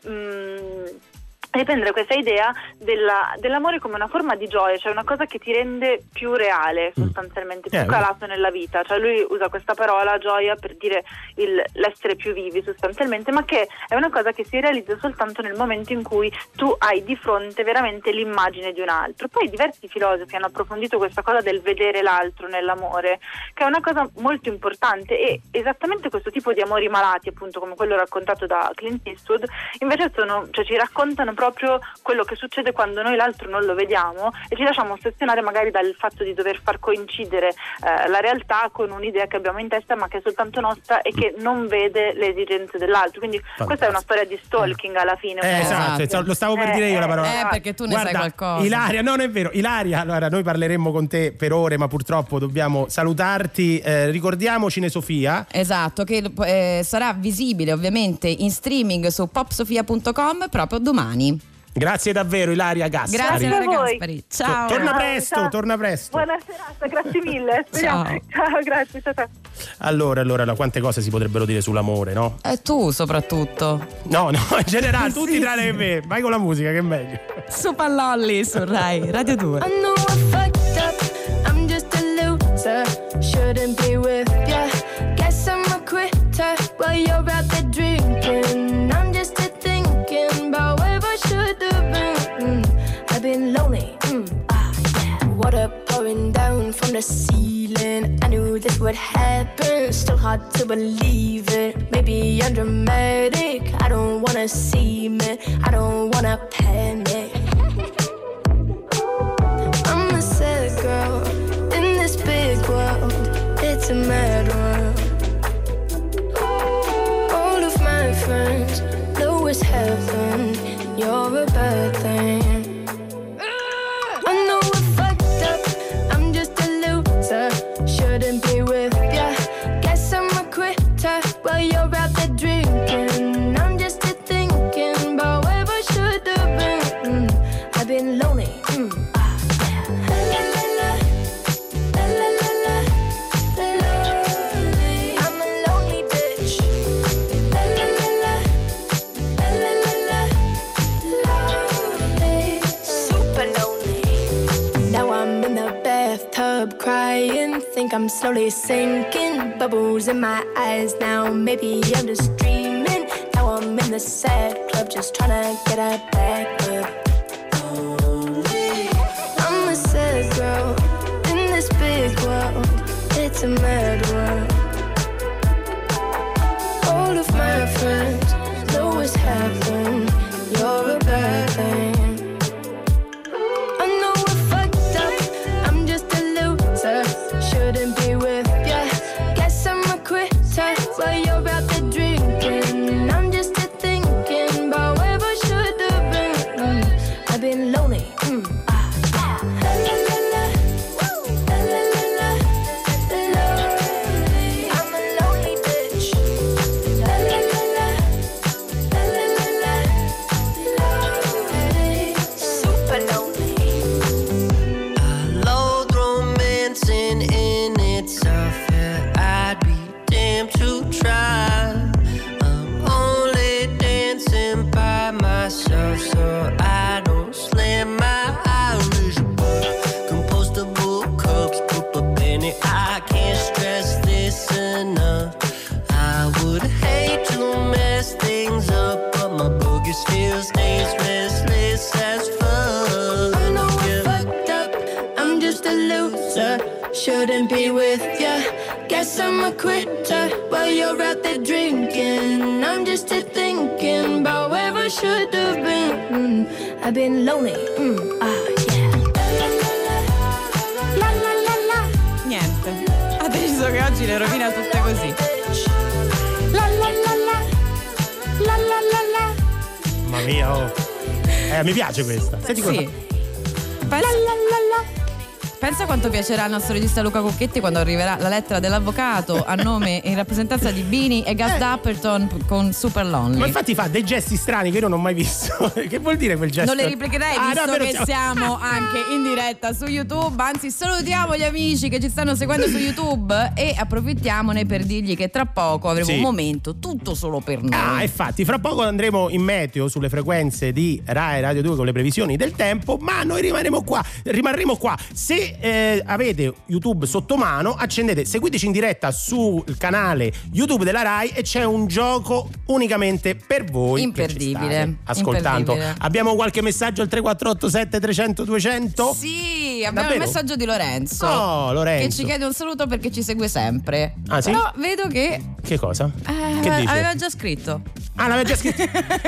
[SPEAKER 10] riprendere questa idea dell'amore come una forma di gioia, cioè una cosa che ti rende più reale, sostanzialmente, più calato nella vita. Cioè lui usa questa parola gioia per dire l'essere più vivi sostanzialmente, ma che è una cosa che si realizza soltanto nel momento in cui tu hai di fronte veramente l'immagine di un altro. Poi diversi filosofi hanno approfondito questa cosa del vedere l'altro nell'amore, che è una cosa molto importante, e esattamente questo tipo di amori malati, appunto come quello raccontato da Clint Eastwood, invece ci raccontano proprio quello che succede quando noi l'altro non lo vediamo e ci lasciamo ossessionare magari dal fatto di dover far coincidere la realtà con un'idea che abbiamo in testa ma che è soltanto nostra e che non vede le esigenze dell'altro. Quindi questa è una storia di stalking alla fine.
[SPEAKER 3] Esatto, lo stavo per dire io la parola.
[SPEAKER 2] Perché tu ne sai qualcosa.
[SPEAKER 3] Ilaria, non è vero. Ilaria, allora noi parleremmo con te per ore, ma purtroppo dobbiamo salutarti. Ricordiamo Cinesofia.
[SPEAKER 2] Esatto, che sarà visibile ovviamente in streaming su popsofia.com proprio domani.
[SPEAKER 3] Grazie davvero Ilaria Gaspari.
[SPEAKER 2] Grazie a Gaspari. Ciao.
[SPEAKER 3] Torna presto.
[SPEAKER 10] Buona serata, grazie mille. Ciao, grazie. Ciao.
[SPEAKER 3] Allora, quante cose si potrebbero dire sull'amore, no?
[SPEAKER 2] E tu soprattutto.
[SPEAKER 3] No, in generale, tutti tranne che me. Vai con la musica che è meglio.
[SPEAKER 2] Su Pallolli, su Rai Radio 2.
[SPEAKER 8] I know I fucked up, I'm just a loser, shouldn't be with ya. Guess I'm a quitter while you're out there drinking. I'm just a thinking about where I should have been. I've been lonely, yeah. Water pouring down from the ceiling. I knew this would happen, still hard to believe it. Maybe I'm dramatic, I don't wanna see me, I don't wanna panic. I'm a sad girl in this big world, it's a mad world. All of my friends know it's heaven, you're a bad thing. I know I fucked up, I'm just a loser, shouldn't be with ya. Guess I'm a quitter while you're out there drinking. I'm just a thinking about where I should have been. I've been lonely, crying, think I'm slowly sinking. Bubbles in my eyes now, maybe I'm just dreaming. Now I'm in the sad club, just trying to get a back up. I'm a sad girl in this big world, it's a mad world. All of my friends know it's heaven, you're a bad thing. Shouldn't be be with ya. Guess I'm a quitter while you're out there drinking. I'm just here thinking about whatever should have been. I've been lonely.
[SPEAKER 11] Still stays restless as fuck.
[SPEAKER 8] I know I fucked up, I'm just a loser. Shouldn't be with ya. Guess I'm a quitter while you're out there drinking. I'm just here thinking about wherever should have been. I've been lonely. Yeah. La la la la.
[SPEAKER 2] Niente, ha deciso che oggi le rovina tutte così.
[SPEAKER 8] La la la la. La la la la.
[SPEAKER 3] Mamma mia, oh. Mi piace questa. Senti cosa.
[SPEAKER 2] Sì. Pensa quanto piacerà al nostro regista Luca Cocchetti quando arriverà la lettera dell'avvocato a nome in rappresentanza di Bini e Gus Dapperton con Super Lonely.
[SPEAKER 3] Ma infatti fa dei gesti strani che io non ho mai visto. Che vuol dire quel gesto?
[SPEAKER 2] Non le replicherei visto che siamo anche in diretta su YouTube. Anzi, salutiamo gli amici che ci stanno seguendo su YouTube e approfittiamone per dirgli che tra poco avremo un momento tutto solo per noi.
[SPEAKER 3] Infatti, fra poco andremo in meteo sulle frequenze di Rai Radio 2 con le previsioni del tempo, ma noi rimarremo qua. Se avete YouTube sotto mano, accendete, seguiteci in diretta sul canale YouTube della Rai e c'è un gioco unicamente per voi.
[SPEAKER 2] Imperdibile.
[SPEAKER 3] Ascoltando.
[SPEAKER 2] Imperdibile.
[SPEAKER 3] Abbiamo qualche messaggio al 3487 300 200?
[SPEAKER 2] Sì, abbiamo
[SPEAKER 3] Davvero?
[SPEAKER 2] il messaggio di Lorenzo.
[SPEAKER 3] Oh, Lorenzo.
[SPEAKER 2] Che ci chiede un saluto perché ci segue sempre.
[SPEAKER 3] Ah, sì?
[SPEAKER 2] Però vedo che
[SPEAKER 3] cosa? Che dice?
[SPEAKER 2] aveva già scritto.
[SPEAKER 3] Ah, l'aveva già scritto.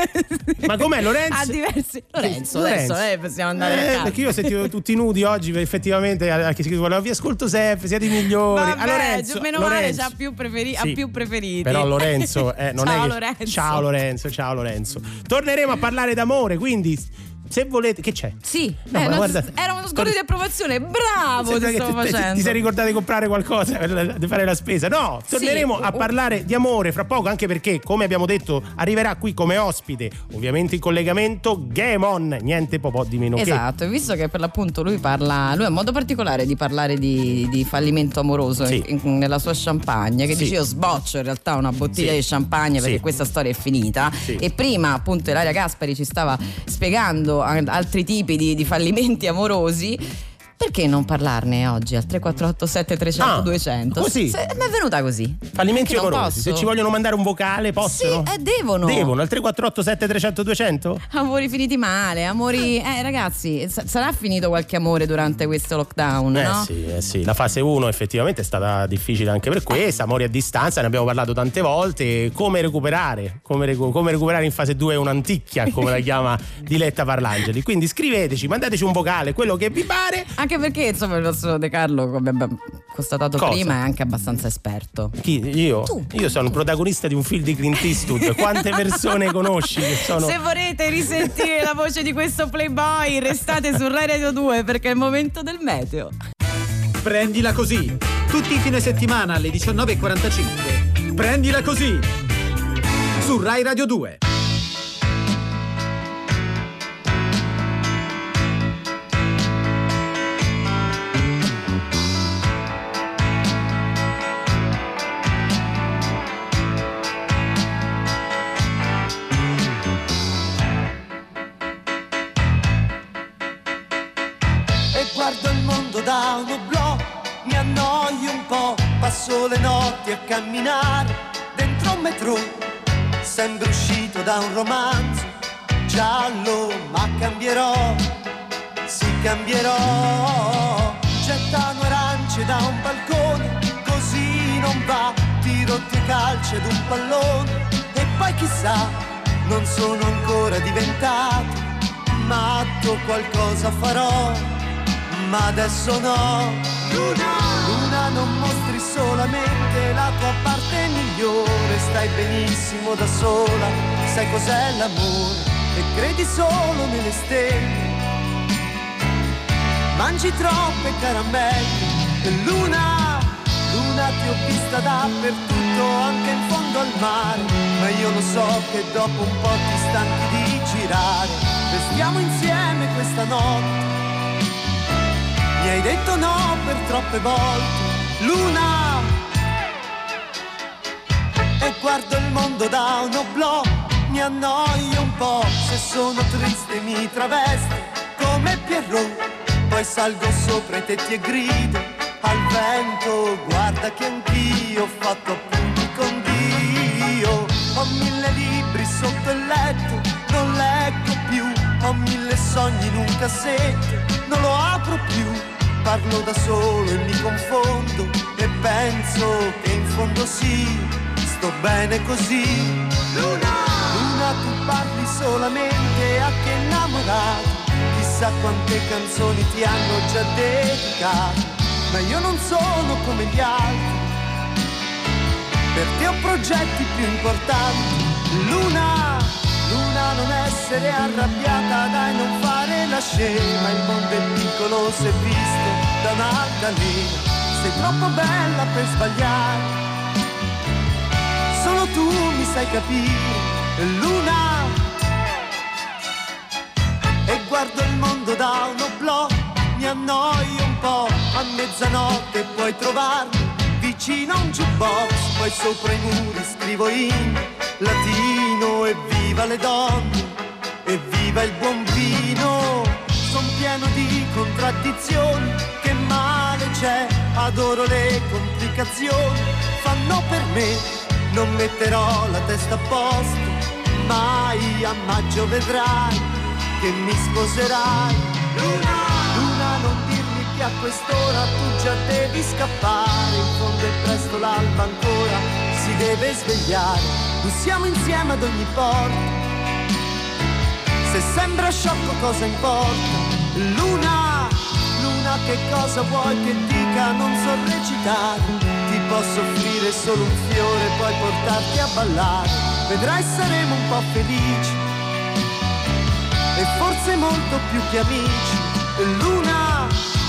[SPEAKER 3] Ma com'è Lorenzo?
[SPEAKER 2] Ha diversi. Lorenzo. Adesso possiamo andare a casa.
[SPEAKER 3] Perché io ho sentito tutti nudi oggi, effettivamente che scrivono vi ascolto sempre, siete i migliori.
[SPEAKER 2] Vabbè,
[SPEAKER 3] Lorenzo,
[SPEAKER 2] meno male c'ha più preferiti.
[SPEAKER 3] Però Lorenzo non
[SPEAKER 2] ciao,
[SPEAKER 3] è che...
[SPEAKER 2] Lorenzo.
[SPEAKER 3] Ciao Lorenzo. Torneremo a parlare d'amore, quindi se volete, che c'è?
[SPEAKER 2] Sì,
[SPEAKER 3] guarda,
[SPEAKER 2] era uno sguardo di approvazione. Bravo, ti stavo facendo.
[SPEAKER 3] Ti sei ricordato di comprare qualcosa di fare la spesa? No, torneremo a parlare di amore fra poco, anche perché, come abbiamo detto, arriverà qui come ospite, ovviamente in collegamento, Gaemon, niente po' di meno.
[SPEAKER 2] Esatto, e visto che per l'appunto lui ha modo particolare di parlare di fallimento amoroso nella sua champagne, che dice io sboccio in realtà una bottiglia di champagne perché questa storia è finita, e prima appunto Ilaria Gaspari ci stava spiegando altri tipi di fallimenti amorosi. Perché non parlarne oggi al 3487 300 200?
[SPEAKER 3] Così?
[SPEAKER 2] Mi è venuta così.
[SPEAKER 3] Fallimenti amorosi. Se ci vogliono mandare un vocale possono?
[SPEAKER 2] Sì, devono.
[SPEAKER 3] Devono al 3487 300 200?
[SPEAKER 2] Amori finiti male, amori ragazzi, sarà finito qualche amore durante questo lockdown, no?
[SPEAKER 3] Sì, la fase 1 effettivamente è stata difficile anche per questo, amori a distanza, ne abbiamo parlato tante volte. Come recuperare in fase 2 un'anticchia, come la chiama Diletta Parlangeli. Quindi scriveteci, mandateci un vocale, quello che vi pare.
[SPEAKER 2] Anche perché insomma il nostro De Carlo, come abbiamo constatato prima, è anche abbastanza esperto.
[SPEAKER 3] Chi? Io?
[SPEAKER 2] Tu.
[SPEAKER 3] Io sono un protagonista di un film di Clint Eastwood. Quante persone conosci che sono...
[SPEAKER 2] Se vorrete risentire la voce di questo playboy, restate su Rai Radio 2 perché è il momento del meteo.
[SPEAKER 1] Prendila così, tutti i fine settimana alle 19:45. Prendila così su Rai Radio 2.
[SPEAKER 12] Guardo il mondo da un oblò, mi annoio un po', passo le notti a camminare dentro un metro, sembro uscito da un romanzo giallo, ma cambierò, sì cambierò, gettano arance da un balcone, così non va, tiro due calci ad un pallone, e poi chissà, non sono ancora diventato matto, qualcosa farò, ma adesso no. Luna Luna, non mostri solamente la tua parte migliore, stai benissimo da sola, sai cos'è l'amore e credi solo nelle stelle. Mangi troppe caramelle e Luna, Luna ti ho vista dappertutto, anche in fondo al mare, ma io lo so che dopo un po' ti stanchi di girare. Restiamo insieme questa notte, mi hai detto no per troppe volte, Luna. E guardo il mondo da un oblò, mi annoio un po', se sono triste mi travesto come Pierrot. Poi salgo sopra i tetti e grido al vento, guarda che anch'io ho fatto appunti con Dio. Ho 1000 libri sotto il letto, non leggo più, ho 1000 sogni in un cassetto, non lo apro più. Parlo da solo e mi confondo e penso che in fondo sì, sto bene così. Luna, Luna, tu parli solamente a chi è innamorato, chissà quante canzoni ti hanno già dedicato, ma io non sono come gli altri, per te ho progetti più importanti. Luna, Luna, non essere arrabbiata, dai, non fare la scema, il mondo è piccolo se visto da un'altalena, sei troppo bella per sbagliare, solo tu mi sai capire, Luna. E guardo il mondo da un oblò, mi annoio un po', a mezzanotte puoi trovarmi vicino a un jukebox, poi sopra i muri scrivo in latino evviva le donne, evviva il buon vino. Son pieno di contraddizioni, che male c'è, adoro le complicazioni, fanno per me, non metterò la testa a posto, mai a maggio vedrai che mi sposerai. Luna, Luna, non dirmi che a quest'ora tu già devi scappare, in fondo è presto, l'alba ancora si deve svegliare, noi siamo insieme ad ogni porta, se sembra sciocco cosa importa. Luna, Luna, che cosa vuoi che dica, non so recitare, ti posso offrire solo un fiore, poi portarti a ballare, vedrai saremo un po' felici e forse molto più che amici. Luna.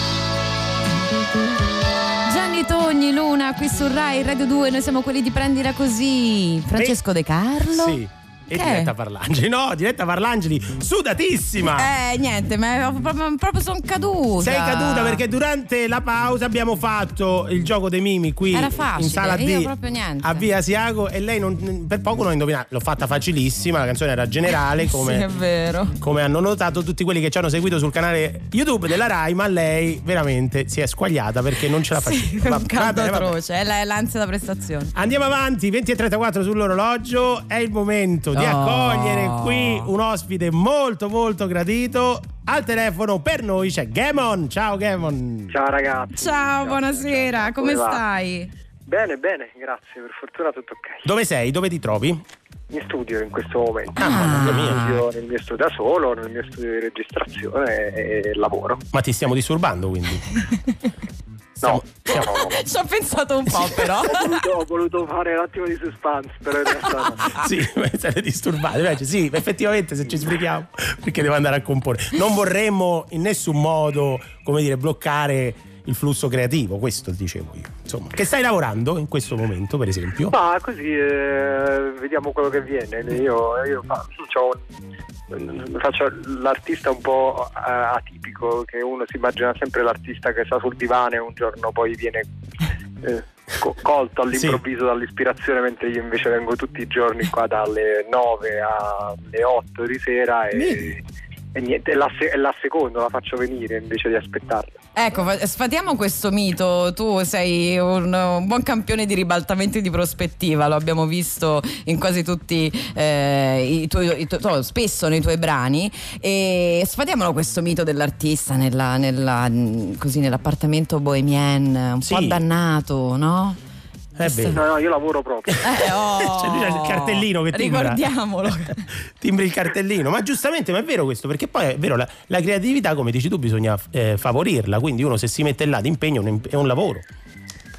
[SPEAKER 2] Gianni Togni, Luna, qui su Rai Radio 2, noi siamo quelli di Prendila Così. Francesco De Carlo.
[SPEAKER 3] Sì. E Diletta Parlangeli, no, Diletta Parlangeli, sudatissima.
[SPEAKER 2] Niente, ma proprio sono caduta.
[SPEAKER 3] Sei caduta perché durante la pausa abbiamo fatto il gioco dei mimi qui.
[SPEAKER 2] Era facile,
[SPEAKER 3] in sala
[SPEAKER 2] io
[SPEAKER 3] D
[SPEAKER 2] proprio niente.
[SPEAKER 3] a Via Asiago, e lei per poco non ha indovinato. L'ho fatta facilissima, la canzone era generale, come,
[SPEAKER 2] sì, è vero,
[SPEAKER 3] come hanno notato tutti quelli che ci hanno seguito sul canale YouTube della Rai, ma lei veramente si è squagliata perché non ce la faceva.
[SPEAKER 2] Sì, un caldo atroce, è l'ansia da prestazione.
[SPEAKER 3] Andiamo avanti, 20:34 sull'orologio, è il momento di accogliere qui un ospite molto molto gradito. Al telefono per noi c'è Gamon. Ciao Gamon.
[SPEAKER 13] Ciao ragazzi.
[SPEAKER 2] Ciao, buonasera, ciao. Come stai?
[SPEAKER 13] Bene, bene, grazie, per fortuna tutto ok.
[SPEAKER 3] Dove sei? Dove ti trovi?
[SPEAKER 13] In studio in questo momento. Nel mio studio da solo, nel mio studio di registrazione e lavoro.
[SPEAKER 3] Ma ti stiamo disturbando quindi?
[SPEAKER 13] No.
[SPEAKER 2] Ci ho pensato un po', però.
[SPEAKER 13] Ho voluto fare un attimo di suspense, però in realtà no.
[SPEAKER 3] Sì, siete disturbati. Invece, sì, effettivamente, se ci spieghiamo, perché devo andare a comporre. Non vorremmo in nessun modo, come dire, bloccare il flusso creativo, questo dicevo io. Insomma, che stai lavorando in questo momento, per esempio?
[SPEAKER 13] Ma così vediamo quello che viene. Io faccio l'artista un po' atipico, che uno si immagina sempre l'artista che sta sul divano e un giorno poi viene colto all'improvviso dall'ispirazione, mentre io invece vengo tutti i giorni qua dalle 9 alle 8 di sera e niente, la seconda la faccio venire invece di aspettarla.
[SPEAKER 2] Ecco, sfatiamo questo mito. Tu sei un buon campione di ribaltamenti di prospettiva, lo abbiamo visto in quasi tutti spesso nei tuoi brani, e sfatiamolo questo mito dell'artista nell'appartamento bohemien un po' dannato, no?
[SPEAKER 13] No, io lavoro proprio.
[SPEAKER 3] Cioè, lui c'ha il cartellino che timbra.
[SPEAKER 2] Ricordiamolo.
[SPEAKER 3] Timbri il cartellino. Ma giustamente, ma è vero questo, perché poi è vero, la creatività, come dici tu, bisogna favorirla. Quindi uno, se si mette là d'impegno, è un lavoro.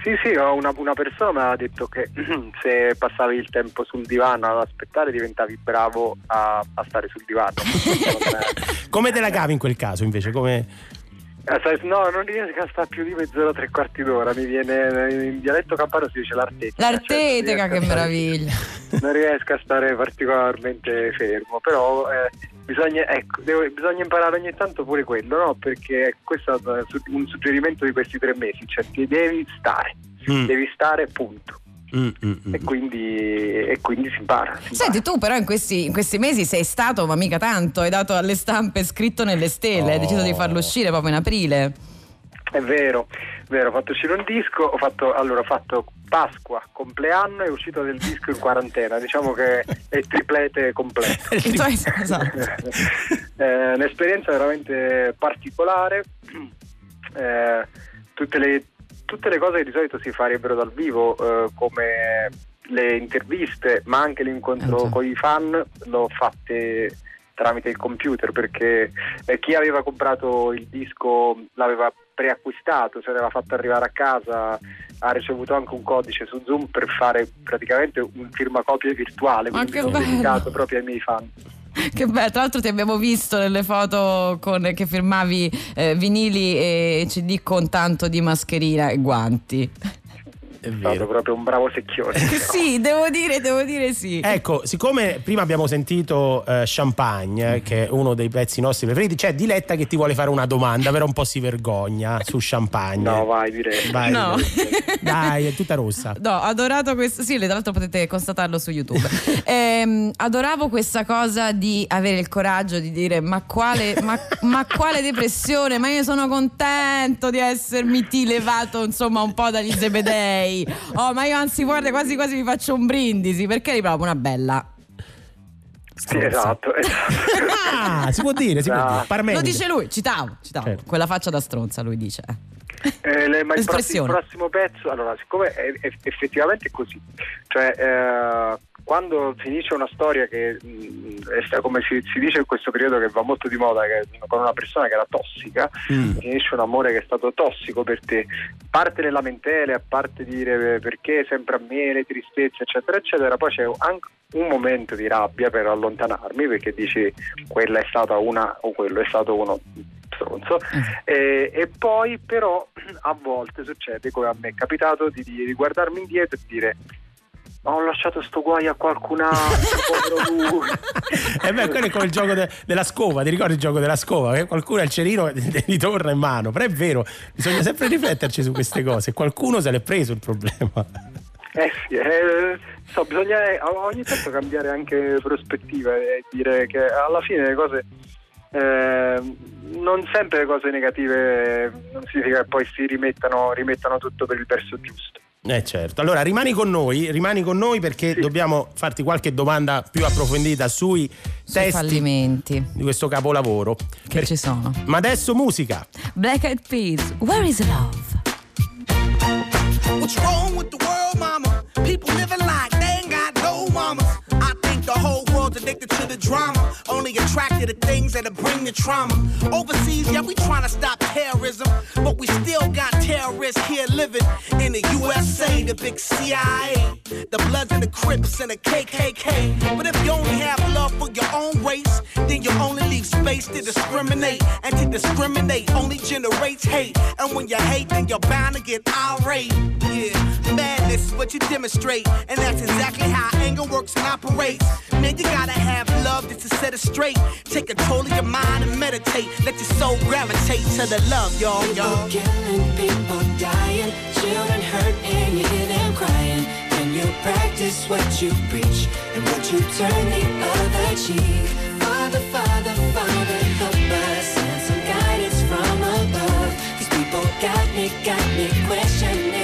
[SPEAKER 13] Sì, una persona mi ha detto che se passavi il tempo sul divano ad aspettare diventavi bravo a stare sul divano.
[SPEAKER 3] Come te la cavi in quel caso invece? Come...
[SPEAKER 13] No, non riesco a stare più di mezz'ora, 3/4 d'ora. Mi viene, in dialetto campano si dice l'artetica.
[SPEAKER 2] L'artetica, che meraviglia.
[SPEAKER 13] Non riesco a stare particolarmente fermo, però bisogna imparare ogni tanto pure quello, no? Perché questo è un suggerimento di questi 3 mesi, cioè ti devi stare, punto. E quindi si impara.
[SPEAKER 2] Senti, tu però in questi mesi sei stato, ma mica tanto, hai dato alle stampe scritto nelle stelle, hai deciso di farlo uscire proprio in aprile.
[SPEAKER 13] È vero, ho fatto uscire un disco, ho fatto Pasqua, compleanno e uscita del disco in quarantena, diciamo che è il triplete completo.
[SPEAKER 2] Esatto.
[SPEAKER 13] Un'esperienza veramente particolare, tutte le cose che di solito si farebbero dal vivo, come le interviste, ma anche l'incontro con i fan, l'ho fatte tramite il computer, perché chi aveva comprato il disco l'aveva preacquistato, se l'aveva fatto arrivare a casa, ha ricevuto anche un codice su Zoom per fare praticamente un firmacopie virtuale, quindi l'ho dedicato proprio ai miei fan.
[SPEAKER 2] Che bello, tra l'altro ti abbiamo visto nelle foto che firmavi vinili e CD con tanto di mascherina e guanti.
[SPEAKER 13] È stato proprio un bravo secchione.
[SPEAKER 2] Sì, devo dire sì.
[SPEAKER 3] Ecco, siccome prima abbiamo sentito Champagne, che è uno dei pezzi nostri preferiti, c'è Diletta che ti vuole fare una domanda, però un po' si vergogna su Champagne.
[SPEAKER 13] No, vai, direi.
[SPEAKER 2] No.
[SPEAKER 3] Dai, è tutta rossa.
[SPEAKER 2] No, ho adorato questo. Sì, tra l'altro potete constatarlo su YouTube. Adoravo questa cosa di avere il coraggio di dire ma quale depressione, ma io sono contento di essermi levato insomma un po' dagli zebedei. Oh, ma io anzi guarda, quasi mi faccio un brindisi, perché eri proprio una bella.
[SPEAKER 13] Sì, esatto.
[SPEAKER 3] Si può dire.
[SPEAKER 2] Lo dice lui, citavo.
[SPEAKER 3] Certo.
[SPEAKER 2] Quella faccia da stronza, lui dice.
[SPEAKER 13] Ma il prossimo pezzo, allora, siccome è effettivamente così, cioè quando finisce una storia che come si dice in questo periodo, che va molto di moda, che con una persona che era tossica, finisce un amore che è stato tossico per te, a parte le lamentele, a parte dire perché sempre a me, le tristezze eccetera eccetera, poi c'è anche un momento di rabbia per allontanarmi, perché dici quella è stata una o quello è stato uno stronzo, e poi però a volte succede, come a me è capitato, di guardarmi indietro e dire ho lasciato sto guaio a qualcun altro, povero lui.
[SPEAKER 3] Quello è come il gioco della scova, ti ricordi il gioco della scova? Che qualcuno al cerino gli torna in mano, però è vero, bisogna sempre rifletterci su queste cose, qualcuno se l'è preso il problema.
[SPEAKER 13] Bisogna ogni tanto cambiare anche prospettiva e dire che alla fine le cose non sempre le cose negative non significa che poi si rimettano tutto per il verso giusto.
[SPEAKER 3] Certo. Allora rimani con noi perché dobbiamo farti qualche domanda più approfondita sui testi
[SPEAKER 2] fallimenti
[SPEAKER 3] di questo capolavoro
[SPEAKER 2] che ci sono.
[SPEAKER 3] Ma adesso musica.
[SPEAKER 2] Black Eyed Peas, Where is Love?
[SPEAKER 14] What's wrong with the world, mama? People living like they ain't got no mamas. I think the whole world's addicted to the drama, only attracted to things that'll bring the trauma. Overseas, yeah, we trying to stop terrorism, but we still got terrorists here living in the USA, the big CIA, the Bloods and the Crips and the KKK. But if you only have love for your own race, then you only leave space to discriminate, and to discriminate only generates hate. And when you hate, then you're bound to get irate. Yeah, madness is what you demonstrate, and that's exactly how anger works and operates. Man, you gotta have love just to set it straight. Take control of your mind and meditate. Let your soul gravitate to the love, y'all.
[SPEAKER 15] People killing, people dying, children hurt and you hear them crying. When you practice what you preach, and would you turn the other cheek? Father, Father, Father, help us, send some guidance from above. These people got me questioning.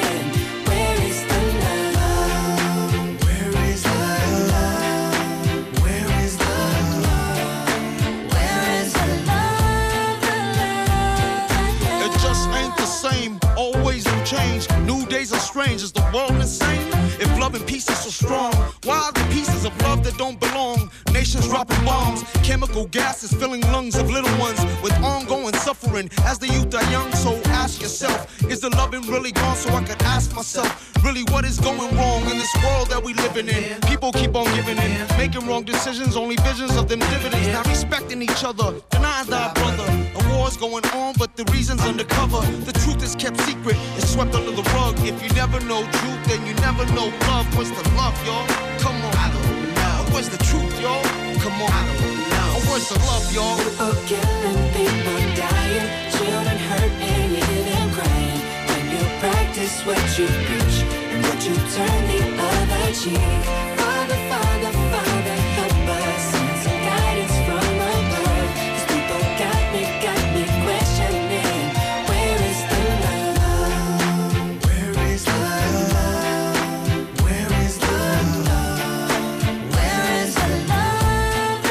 [SPEAKER 16] Always new change. New days are strange. Is the world insane?
[SPEAKER 14] If love and peace is so strong, why are the pieces of love that don't belong? Nations dropping bombs, chemical gases filling lungs of little ones with ongoing suffering as the youth are young. So ask yourself, is the loving really gone? So I could ask myself, really what is going wrong in this world that we living in? People keep on giving in, making wrong decisions, only visions of them dividends. Not respecting each other, denying thy brother. A war's going on, but the reason's undercover. The truth is kept secret, it's swept under the rug. If you never know truth, then you never know love. What's the love, y'all? Come on, I don't know. What's the truth, y'all? Come on, I don't know. What's the love, y'all?
[SPEAKER 15] People killing, people dying, children hurt and you hear them crying. When you practice what you preach and what you turn the other cheek. Father, Father, Father, help us. Send some guidance from above. These people got me questioning. Where is the love? Where is the love? Where is the love? Where is the love?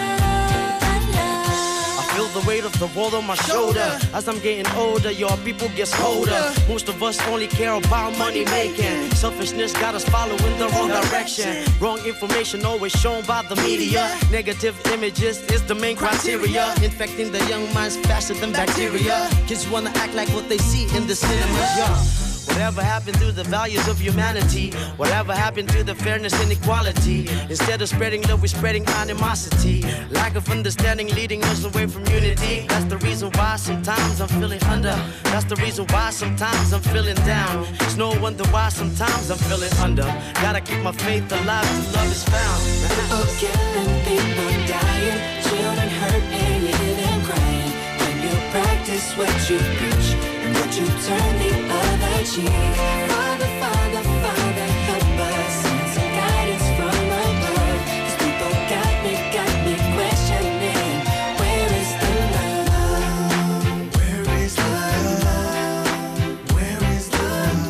[SPEAKER 16] I feel the weight of the world on my shoulder. As I'm getting older, your people get colder. Most of us only care about money making. Selfishness got us following the wrong direction. Wrong information always shown by the media. Negative images is the main criteria. Infecting the young minds faster than bacteria. Kids wanna act like what they see in the cinemas, yeah. Whatever happened to the values of humanity? Whatever happened to the fairness and equality? Instead of spreading love, we're spreading animosity. Lack of understanding leading us away from unity. That's the reason why sometimes I'm feeling under. That's the reason why sometimes I'm feeling down. It's no wonder why sometimes I'm feeling under. Gotta keep my faith alive till love is found.
[SPEAKER 15] People killing, people dying, children hurt and you hear them crying. When you practice what you preach and what you turn the other cheek. Father, Father, Father, help us. Send some guidance from above. These people got me questioning. Where is the love? Where is the love? Where is the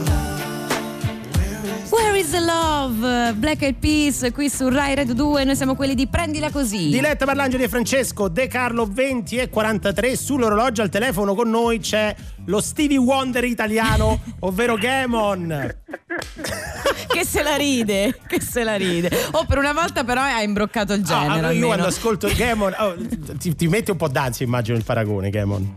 [SPEAKER 15] love?
[SPEAKER 2] Where is the love? Black Eyed Peas qui su Rai Radio 2. Noi siamo quelli di Prendila Così.
[SPEAKER 3] Diletta Parlangeli e Francesco De Carlo, 20:43. Sull'orologio al telefono con noi c'è lo Stevie Wonder italiano, ovvero Gamon.
[SPEAKER 2] Che se la ride. Oh, per una volta però hai imbroccato il genere.
[SPEAKER 3] Io quando ascolto Gamon ti metti un po' d'ansia, immagino il paragone, Gamon.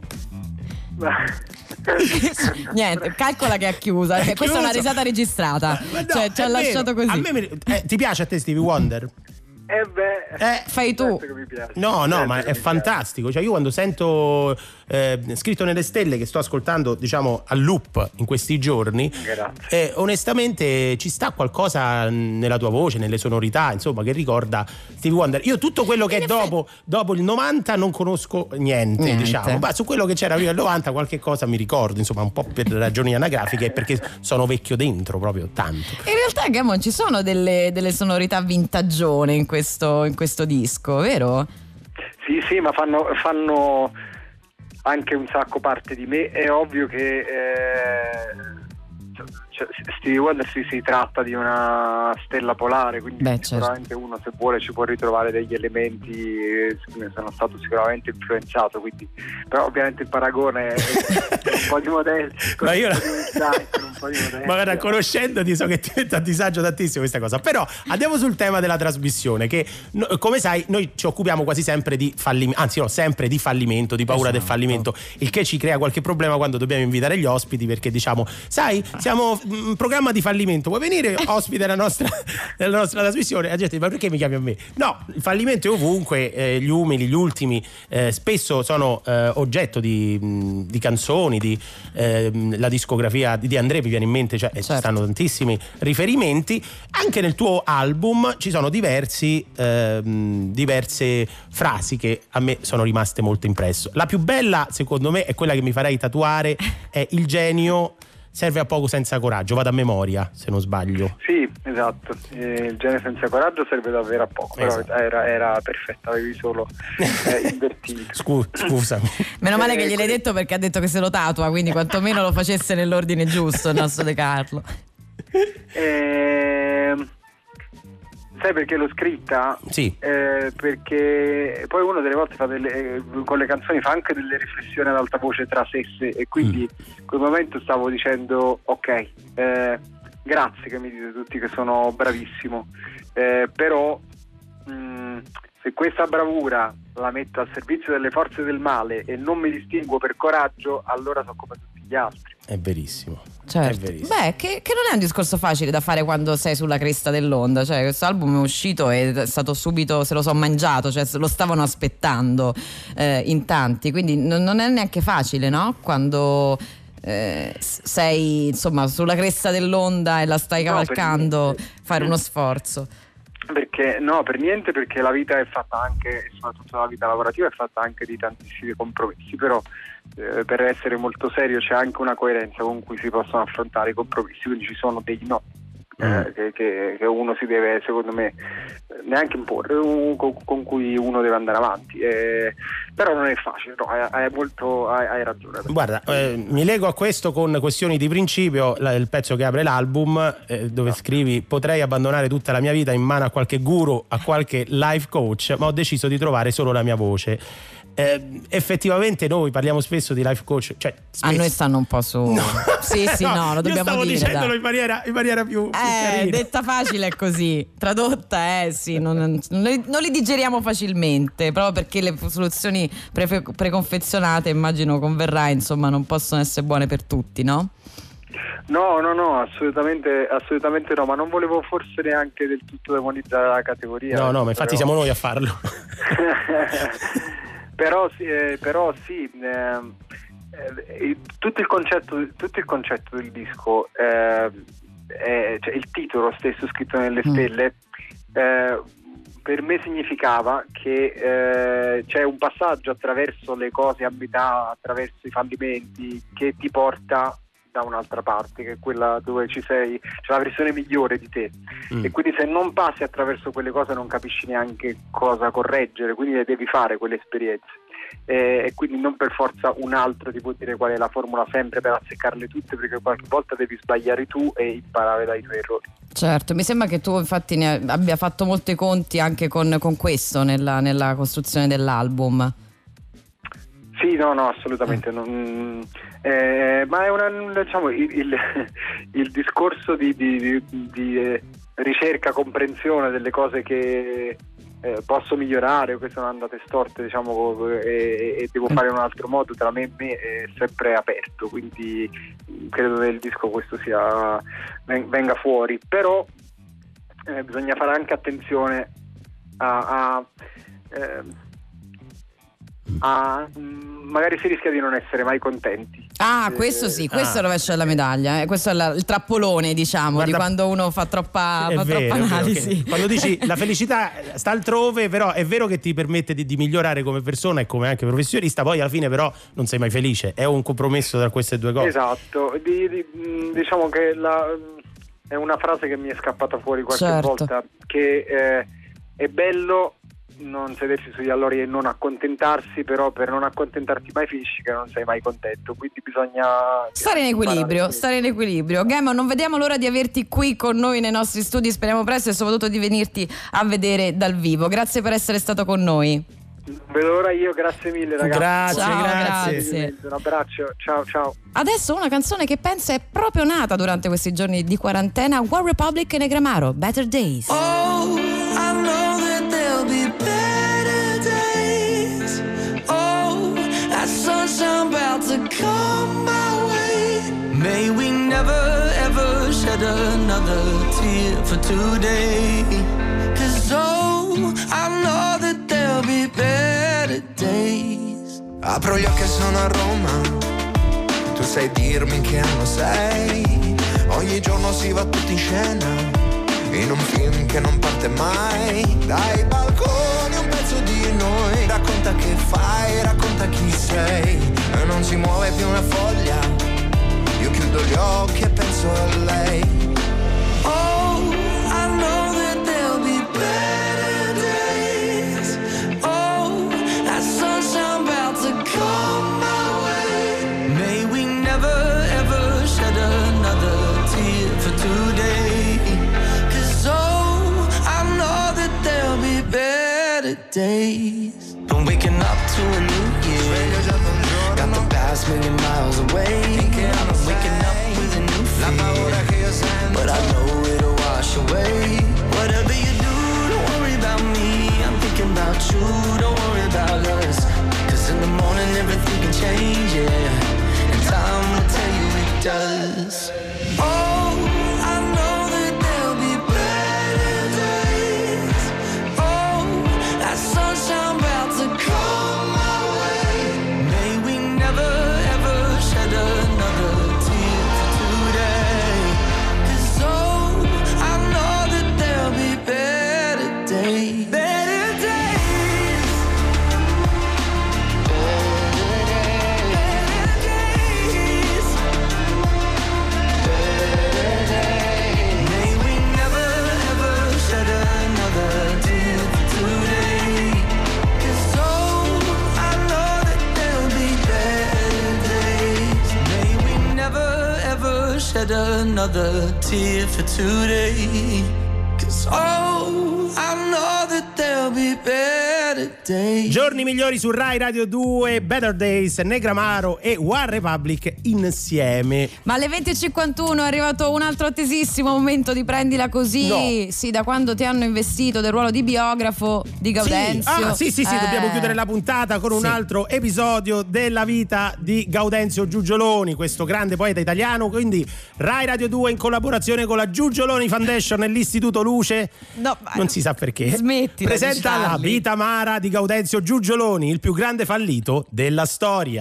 [SPEAKER 2] Niente, calcola che è chiusa. Questa è una risata registrata. Cioè, ci ha lasciato così.
[SPEAKER 3] A me ti piace a te Stevie Wonder?
[SPEAKER 2] Fai tu.
[SPEAKER 3] No, ma è fantastico. Cioè, io quando sento Scritto nelle stelle, che sto ascoltando diciamo a loop in questi giorni, onestamente ci sta qualcosa nella tua voce, nelle sonorità, insomma, che ricorda Stevie Wonder. Io tutto quello che è dopo il 90 non conosco niente. Diciamo, ma su quello che c'era prima del 90 qualche cosa mi ricordo, insomma, un po' per ragioni anagrafiche, perché sono vecchio dentro proprio tanto.
[SPEAKER 2] In realtà, Gamon, ci sono delle sonorità vintagione in questo disco, vero?
[SPEAKER 13] Sì, ma fanno anche un sacco parte di me. È ovvio che Stevie Wonder si tratta di una stella polare, quindi sicuramente uno, se vuole, ci può ritrovare deggi elementi. Sono stato sicuramente influenzato, quindi, però ovviamente il paragone è un po' di modestia.
[SPEAKER 3] Ma guarda, conoscendoti so che ti mette a disagio tantissimo questa cosa. Però andiamo sul tema della trasmissione, che come sai noi ci occupiamo quasi sempre di fallimento, anzi no, sempre di fallimento, di paura del fallimento, il che ci crea qualche problema quando dobbiamo invitare gli ospiti, perché diciamo, sai, siamo un programma di fallimento, vuoi venire ospite della nostra trasmissione? La gente, ma perché mi chiami a me? No, il fallimento è ovunque. Gli umili, gli ultimi spesso sono oggetto di canzoni, la discografia di André mi viene in mente, cioè ci stanno tantissimi riferimenti. Anche nel tuo album ci sono diverse frasi che a me sono rimaste molto impresso. La più bella, secondo me, è quella che mi farei tatuare, è il genio serve a poco senza coraggio, vado a memoria se non sbaglio.
[SPEAKER 13] Sì, esatto, il genio senza coraggio serve davvero a poco, però era perfetta, avevi solo invertito.
[SPEAKER 3] Scusami.
[SPEAKER 2] Meno male che gliel'hai detto, perché ha detto che se lo tatua, quindi quantomeno lo facesse nell'ordine giusto il nostro De Carlo.
[SPEAKER 13] Sai perché l'ho scritta?
[SPEAKER 3] Sì.
[SPEAKER 13] Perché poi uno delle volte con le canzoni fa anche delle riflessioni ad alta voce tra sé e quindi in quel momento stavo dicendo ok, grazie che mi dite tutti che sono bravissimo, però se questa bravura la metto al servizio delle forze del male e non mi distinguo per coraggio, allora sono come tutti gli altri.
[SPEAKER 3] È verissimo.
[SPEAKER 2] Certo.
[SPEAKER 3] È verissimo.
[SPEAKER 2] Beh, che non è un discorso facile da fare quando sei sulla cresta dell'onda. Cioè, questo album è uscito e è stato subito, se lo so mangiato, cioè lo stavano aspettando in tanti, quindi non è neanche facile, no? Quando sei insomma sulla cresta dell'onda e la stai cavalcando, fare uno sforzo.
[SPEAKER 13] Perché no, per niente, perché la vita è fatta anche, soprattutto la vita lavorativa, è fatta anche di tantissimi compromessi, però per essere molto serio c'è anche una coerenza con cui si possono affrontare i compromessi, quindi ci sono dei no che uno si deve, secondo me, neanche imporre, con cui uno deve andare avanti, però non è facile, no, hai ragione.
[SPEAKER 3] Guarda, mi lego a questo con Questioni di principio, il pezzo che apre l'album, dove scrivi: potrei abbandonare tutta la mia vita in mano a qualche guru, a qualche life coach, ma ho deciso di trovare solo la mia voce. Effettivamente noi parliamo spesso di life coach, cioè
[SPEAKER 2] a noi stanno un po' su sì no, lo dobbiamo
[SPEAKER 3] stavo
[SPEAKER 2] dire,
[SPEAKER 3] dicendolo in maniera più carina.
[SPEAKER 2] Detta facile è così, tradotta sì, non li digeriamo facilmente, proprio perché le soluzioni preconfezionate, immagino converrai, insomma, non possono essere buone per tutti, no?
[SPEAKER 13] No, assolutamente no, ma non volevo forse neanche del tutto demonizzare la categoria.
[SPEAKER 3] No, ma infatti siamo noi a farlo.
[SPEAKER 13] Però sì, tutto il concetto del disco, cioè il titolo stesso scritto nelle stelle, per me significava che c'è un passaggio attraverso le cose a metà, attraverso i fallimenti, che ti porta da un'altra parte, che è quella dove ci sei, c'è la versione migliore di te, e quindi se non passi attraverso quelle cose non capisci neanche cosa correggere, quindi devi fare quelle esperienze, e quindi non per forza un altro ti può dire qual è la formula sempre per azzeccarle tutte, perché qualche volta devi sbagliare tu e imparare dai tuoi errori.
[SPEAKER 2] Certo, mi sembra che tu infatti ne abbia fatto molti conti anche con questo nella costruzione dell'album.
[SPEAKER 13] Sì, no, assolutamente. Ma è diciamo il discorso di ricerca, comprensione delle cose che posso migliorare o che sono andate storte, diciamo, e devo fare in un altro modo, tra me e me, è sempre aperto, quindi credo che il disco questo venga fuori, però bisogna fare anche attenzione a magari si rischia di non essere mai contenti.
[SPEAKER 2] Questo sì, questo è il rovescio della medaglia, questo è il trappolone, diciamo. Guarda, di quando uno fa troppa analisi.
[SPEAKER 3] Quando dici la felicità sta altrove, però è vero che ti permette di migliorare come persona e come anche professionista, poi alla fine però non sei mai felice, è un compromesso tra queste due cose.
[SPEAKER 13] Esatto, diciamo che è una frase che mi è scappata fuori qualche volta, che è bello non sedersi sugli allori e non accontentarsi, però per non accontentarti mai finisci che non sei mai contento, quindi bisogna
[SPEAKER 2] stare in equilibrio. Gemma, non vediamo l'ora di averti qui con noi nei nostri studi, speriamo presto, e soprattutto di venirti a vedere dal vivo. Grazie per essere stato con noi.
[SPEAKER 13] Vedo l'ora io, grazie mille ragazzi.
[SPEAKER 2] Grazie.
[SPEAKER 13] Un abbraccio, ciao.
[SPEAKER 2] Adesso una canzone che penso è proprio nata durante questi giorni di quarantena, One Republic e Negramaro, Better Days.
[SPEAKER 15] Oh, I know that there'll be better days. Oh, that sunshine about to come my way. May we never ever shed another tear for today. 'Cause oh, I know that there'll be better days.
[SPEAKER 17] Apro gli occhi e sono a Roma. Tu sai dirmi in che anno sei. Ogni giorno si va tutti in scena, in un film che non parte mai. Dai balconi un pezzo di noi. Racconta che fai, racconta chi sei. E non si muove più una foglia. Io chiudo gli occhi e penso a lei.
[SPEAKER 15] Oh, I know that there'll be better days. Oh, that sunshine about to come my way. May we never ever shed another tear for today. 'Cause oh, I know that there'll be better days. I'm waking up to a new year. Got the past million miles away. I'm waking up with a new fear. But I
[SPEAKER 4] another tear for today. 'Cause oh, I know that there'll be better days.
[SPEAKER 3] Giorni migliori su Rai Radio 2, Better Days, Negramaro e One Republic insieme.
[SPEAKER 2] Ma alle 20.51 è arrivato un altro attesissimo momento di Prendila Così.
[SPEAKER 3] No.
[SPEAKER 2] Sì, da quando ti hanno investito del ruolo di biografo di Gaudenzio.
[SPEAKER 3] Sì, dobbiamo chiudere la puntata con un altro episodio della vita di Gaudenzio Giugioloni, questo grande poeta italiano. Quindi Rai Radio 2 in collaborazione con la Giugioloni Foundation e l'Istituto Luce, non si sa perché,
[SPEAKER 2] smettila,
[SPEAKER 3] presenta La vita amara di Gaudenzio Giugioloni, il più grande fallito della storia.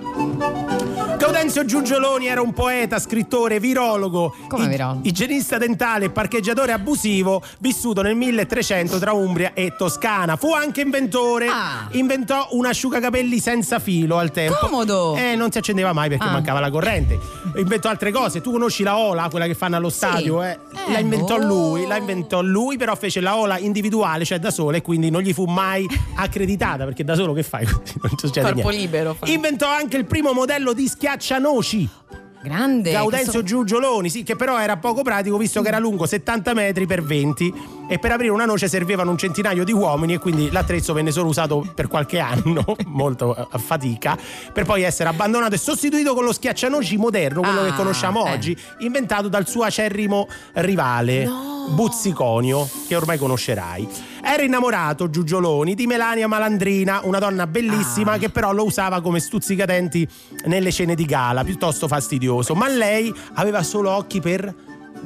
[SPEAKER 3] Gaudenzio Giugioloni era un poeta, scrittore, virologo, igienista dentale e parcheggiatore abusivo, vissuto nel 1300 tra Umbria e Toscana. Fu anche inventore, inventò un asciugacapelli senza filo al tempo.
[SPEAKER 2] Comodo!
[SPEAKER 3] Non si accendeva mai perché mancava la corrente. Inventò altre cose. Tu conosci la ola, quella che fanno allo stadio? La inventò lui, però fece la ola individuale, cioè da sola, e quindi non gli fu mai accreditata, perché da solo che fai? Non succede
[SPEAKER 2] Corpo
[SPEAKER 3] niente.
[SPEAKER 2] libero.
[SPEAKER 3] Inventò anche il primo modello di schiaccianoci.
[SPEAKER 2] Grande.
[SPEAKER 3] Gaudenzio Giugioloni, sì, che però era poco pratico visto che era lungo 70 metri per 20 e per aprire una noce servivano un centinaio di uomini, e quindi l'attrezzo venne solo usato per qualche anno, molto a fatica, per poi essere abbandonato e sostituito con lo schiaccianoci moderno, quello che conosciamo oggi, inventato dal suo acerrimo rivale Buzziconio, che ormai conoscerai. Era innamorato Giugioloni di Melania Malandrina, una donna bellissima che però lo usava come stuzzicadenti nelle scene di gala, piuttosto fastidioso, ma lei aveva solo occhi per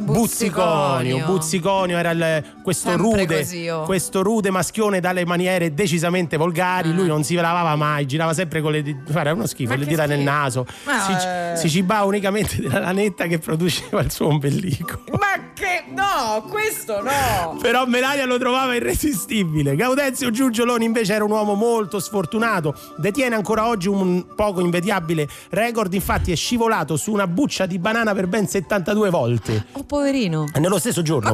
[SPEAKER 3] Buzziconio era questo rude maschione dalle maniere decisamente volgari. Lui non si lavava mai, girava sempre con le dita nel naso, si cibava unicamente della lanetta che produceva il suo ombelico.
[SPEAKER 2] Ma che no, questo no.
[SPEAKER 3] Però Melania lo trovava irresistibile. Gaudenzio Giugioloni invece era un uomo molto sfortunato, detiene ancora oggi un poco invidiabile record, infatti è scivolato su una buccia di banana per ben 72 volte.
[SPEAKER 2] Poverino.
[SPEAKER 3] Nello stesso giorno.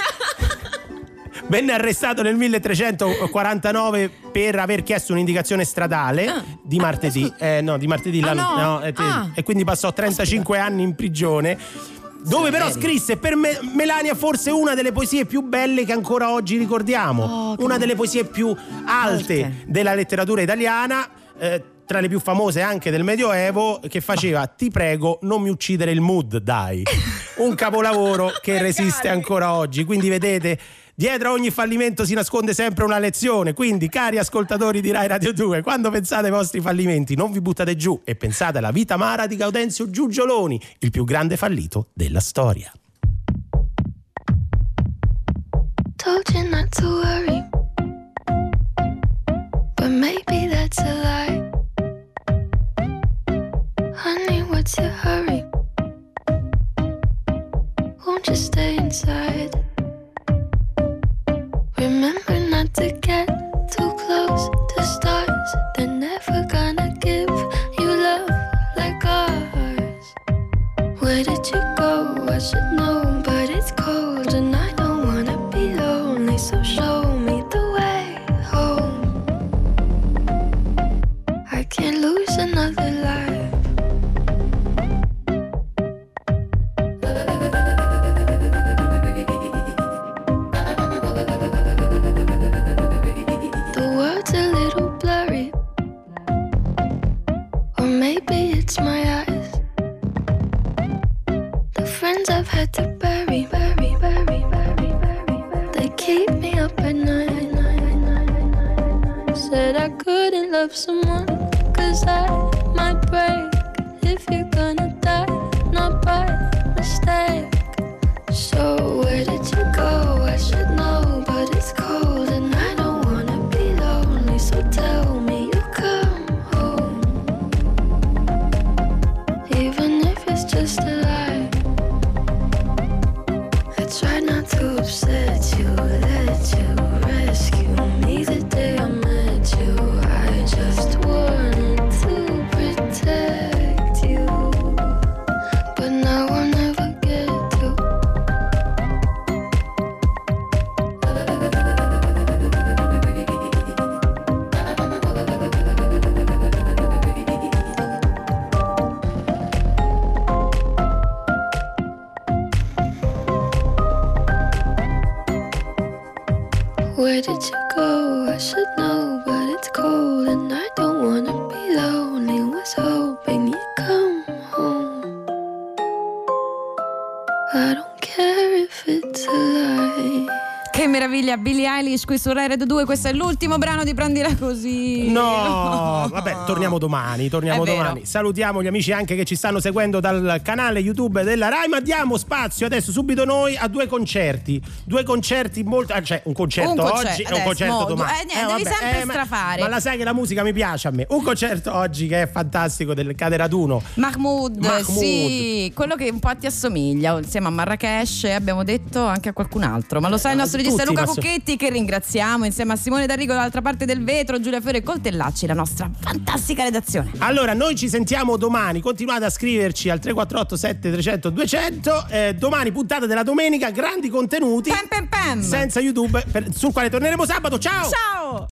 [SPEAKER 3] Venne arrestato nel 1349 per aver chiesto un'indicazione stradale di martedì. E quindi passò 35 anni in prigione, dove però scrisse per Melania forse una delle poesie più belle che ancora oggi ricordiamo, una delle poesie più alte della letteratura italiana, tra le più famose anche del Medioevo, che faceva "Ti prego non mi uccidere il mood, dai". Un capolavoro che resiste ancora oggi. Quindi vedete, dietro a ogni fallimento si nasconde sempre una lezione. Quindi, cari ascoltatori di Rai Radio 2, quando pensate ai vostri fallimenti non vi buttate giù e pensate alla vita amara di Gaudenzio Giugioloni, il più grande fallito della storia.
[SPEAKER 8] Told you not to worry, but maybe that's a lie. Honey, what's your hurry? Won't you stay inside? Remember not to get too close to stars. They're never gonna give you love like ours. Where did you go? I should know, but it's cold and I don't wanna be lonely. So show me the way home. I can't lose another life. My eyes, the friends I've had to bury. They keep me up at night. Said I couldn't love someone, 'cause I might break. If you're gonna die, not by mistake. So where did you go? I should know, but it's cold and I don't wanna be lonely. So tell me you come home, even if it's just a lie. I tried not to upset you, let you rescue me the day I met you. I just wanted to protect you, but now I'll never get to. Where did you go? I should know, but it's cold and I don't wanna be lonely. Was hoping you'd come home. I don't care if it's a lie.
[SPEAKER 2] Che meraviglia, Billie Eilish qui su Rai Radio 2. Questo è l'ultimo brano di Prendila Così.
[SPEAKER 3] No, vabbè, torniamo domani. Salutiamo gli amici anche che ci stanno seguendo dal canale YouTube della Rai, ma diamo spazio adesso subito noi a due concerti molto, cioè un concerto oggi e un concerto domani.
[SPEAKER 2] Devi sempre strafare.
[SPEAKER 3] Ma la sai che la musica mi piace a me. Un concerto oggi che è fantastico del Caderaduno.
[SPEAKER 2] Mahmood, sì, quello che un po' ti assomiglia, insieme a Marrakesh e abbiamo detto anche a qualcun altro, ma lo sai il nostro regista Luca Cucchetti, che ringraziamo, insieme a Simone D'Arrigo dall'altra parte del vetro, Giulia Fiore e Coltellacci, la nostra fantastica redazione.
[SPEAKER 3] Allora noi ci sentiamo domani, continuate a scriverci al 348 7300 200. Domani puntata della domenica, grandi contenuti,
[SPEAKER 2] pam.
[SPEAKER 3] senza YouTube, sul quale torneremo sabato. Ciao!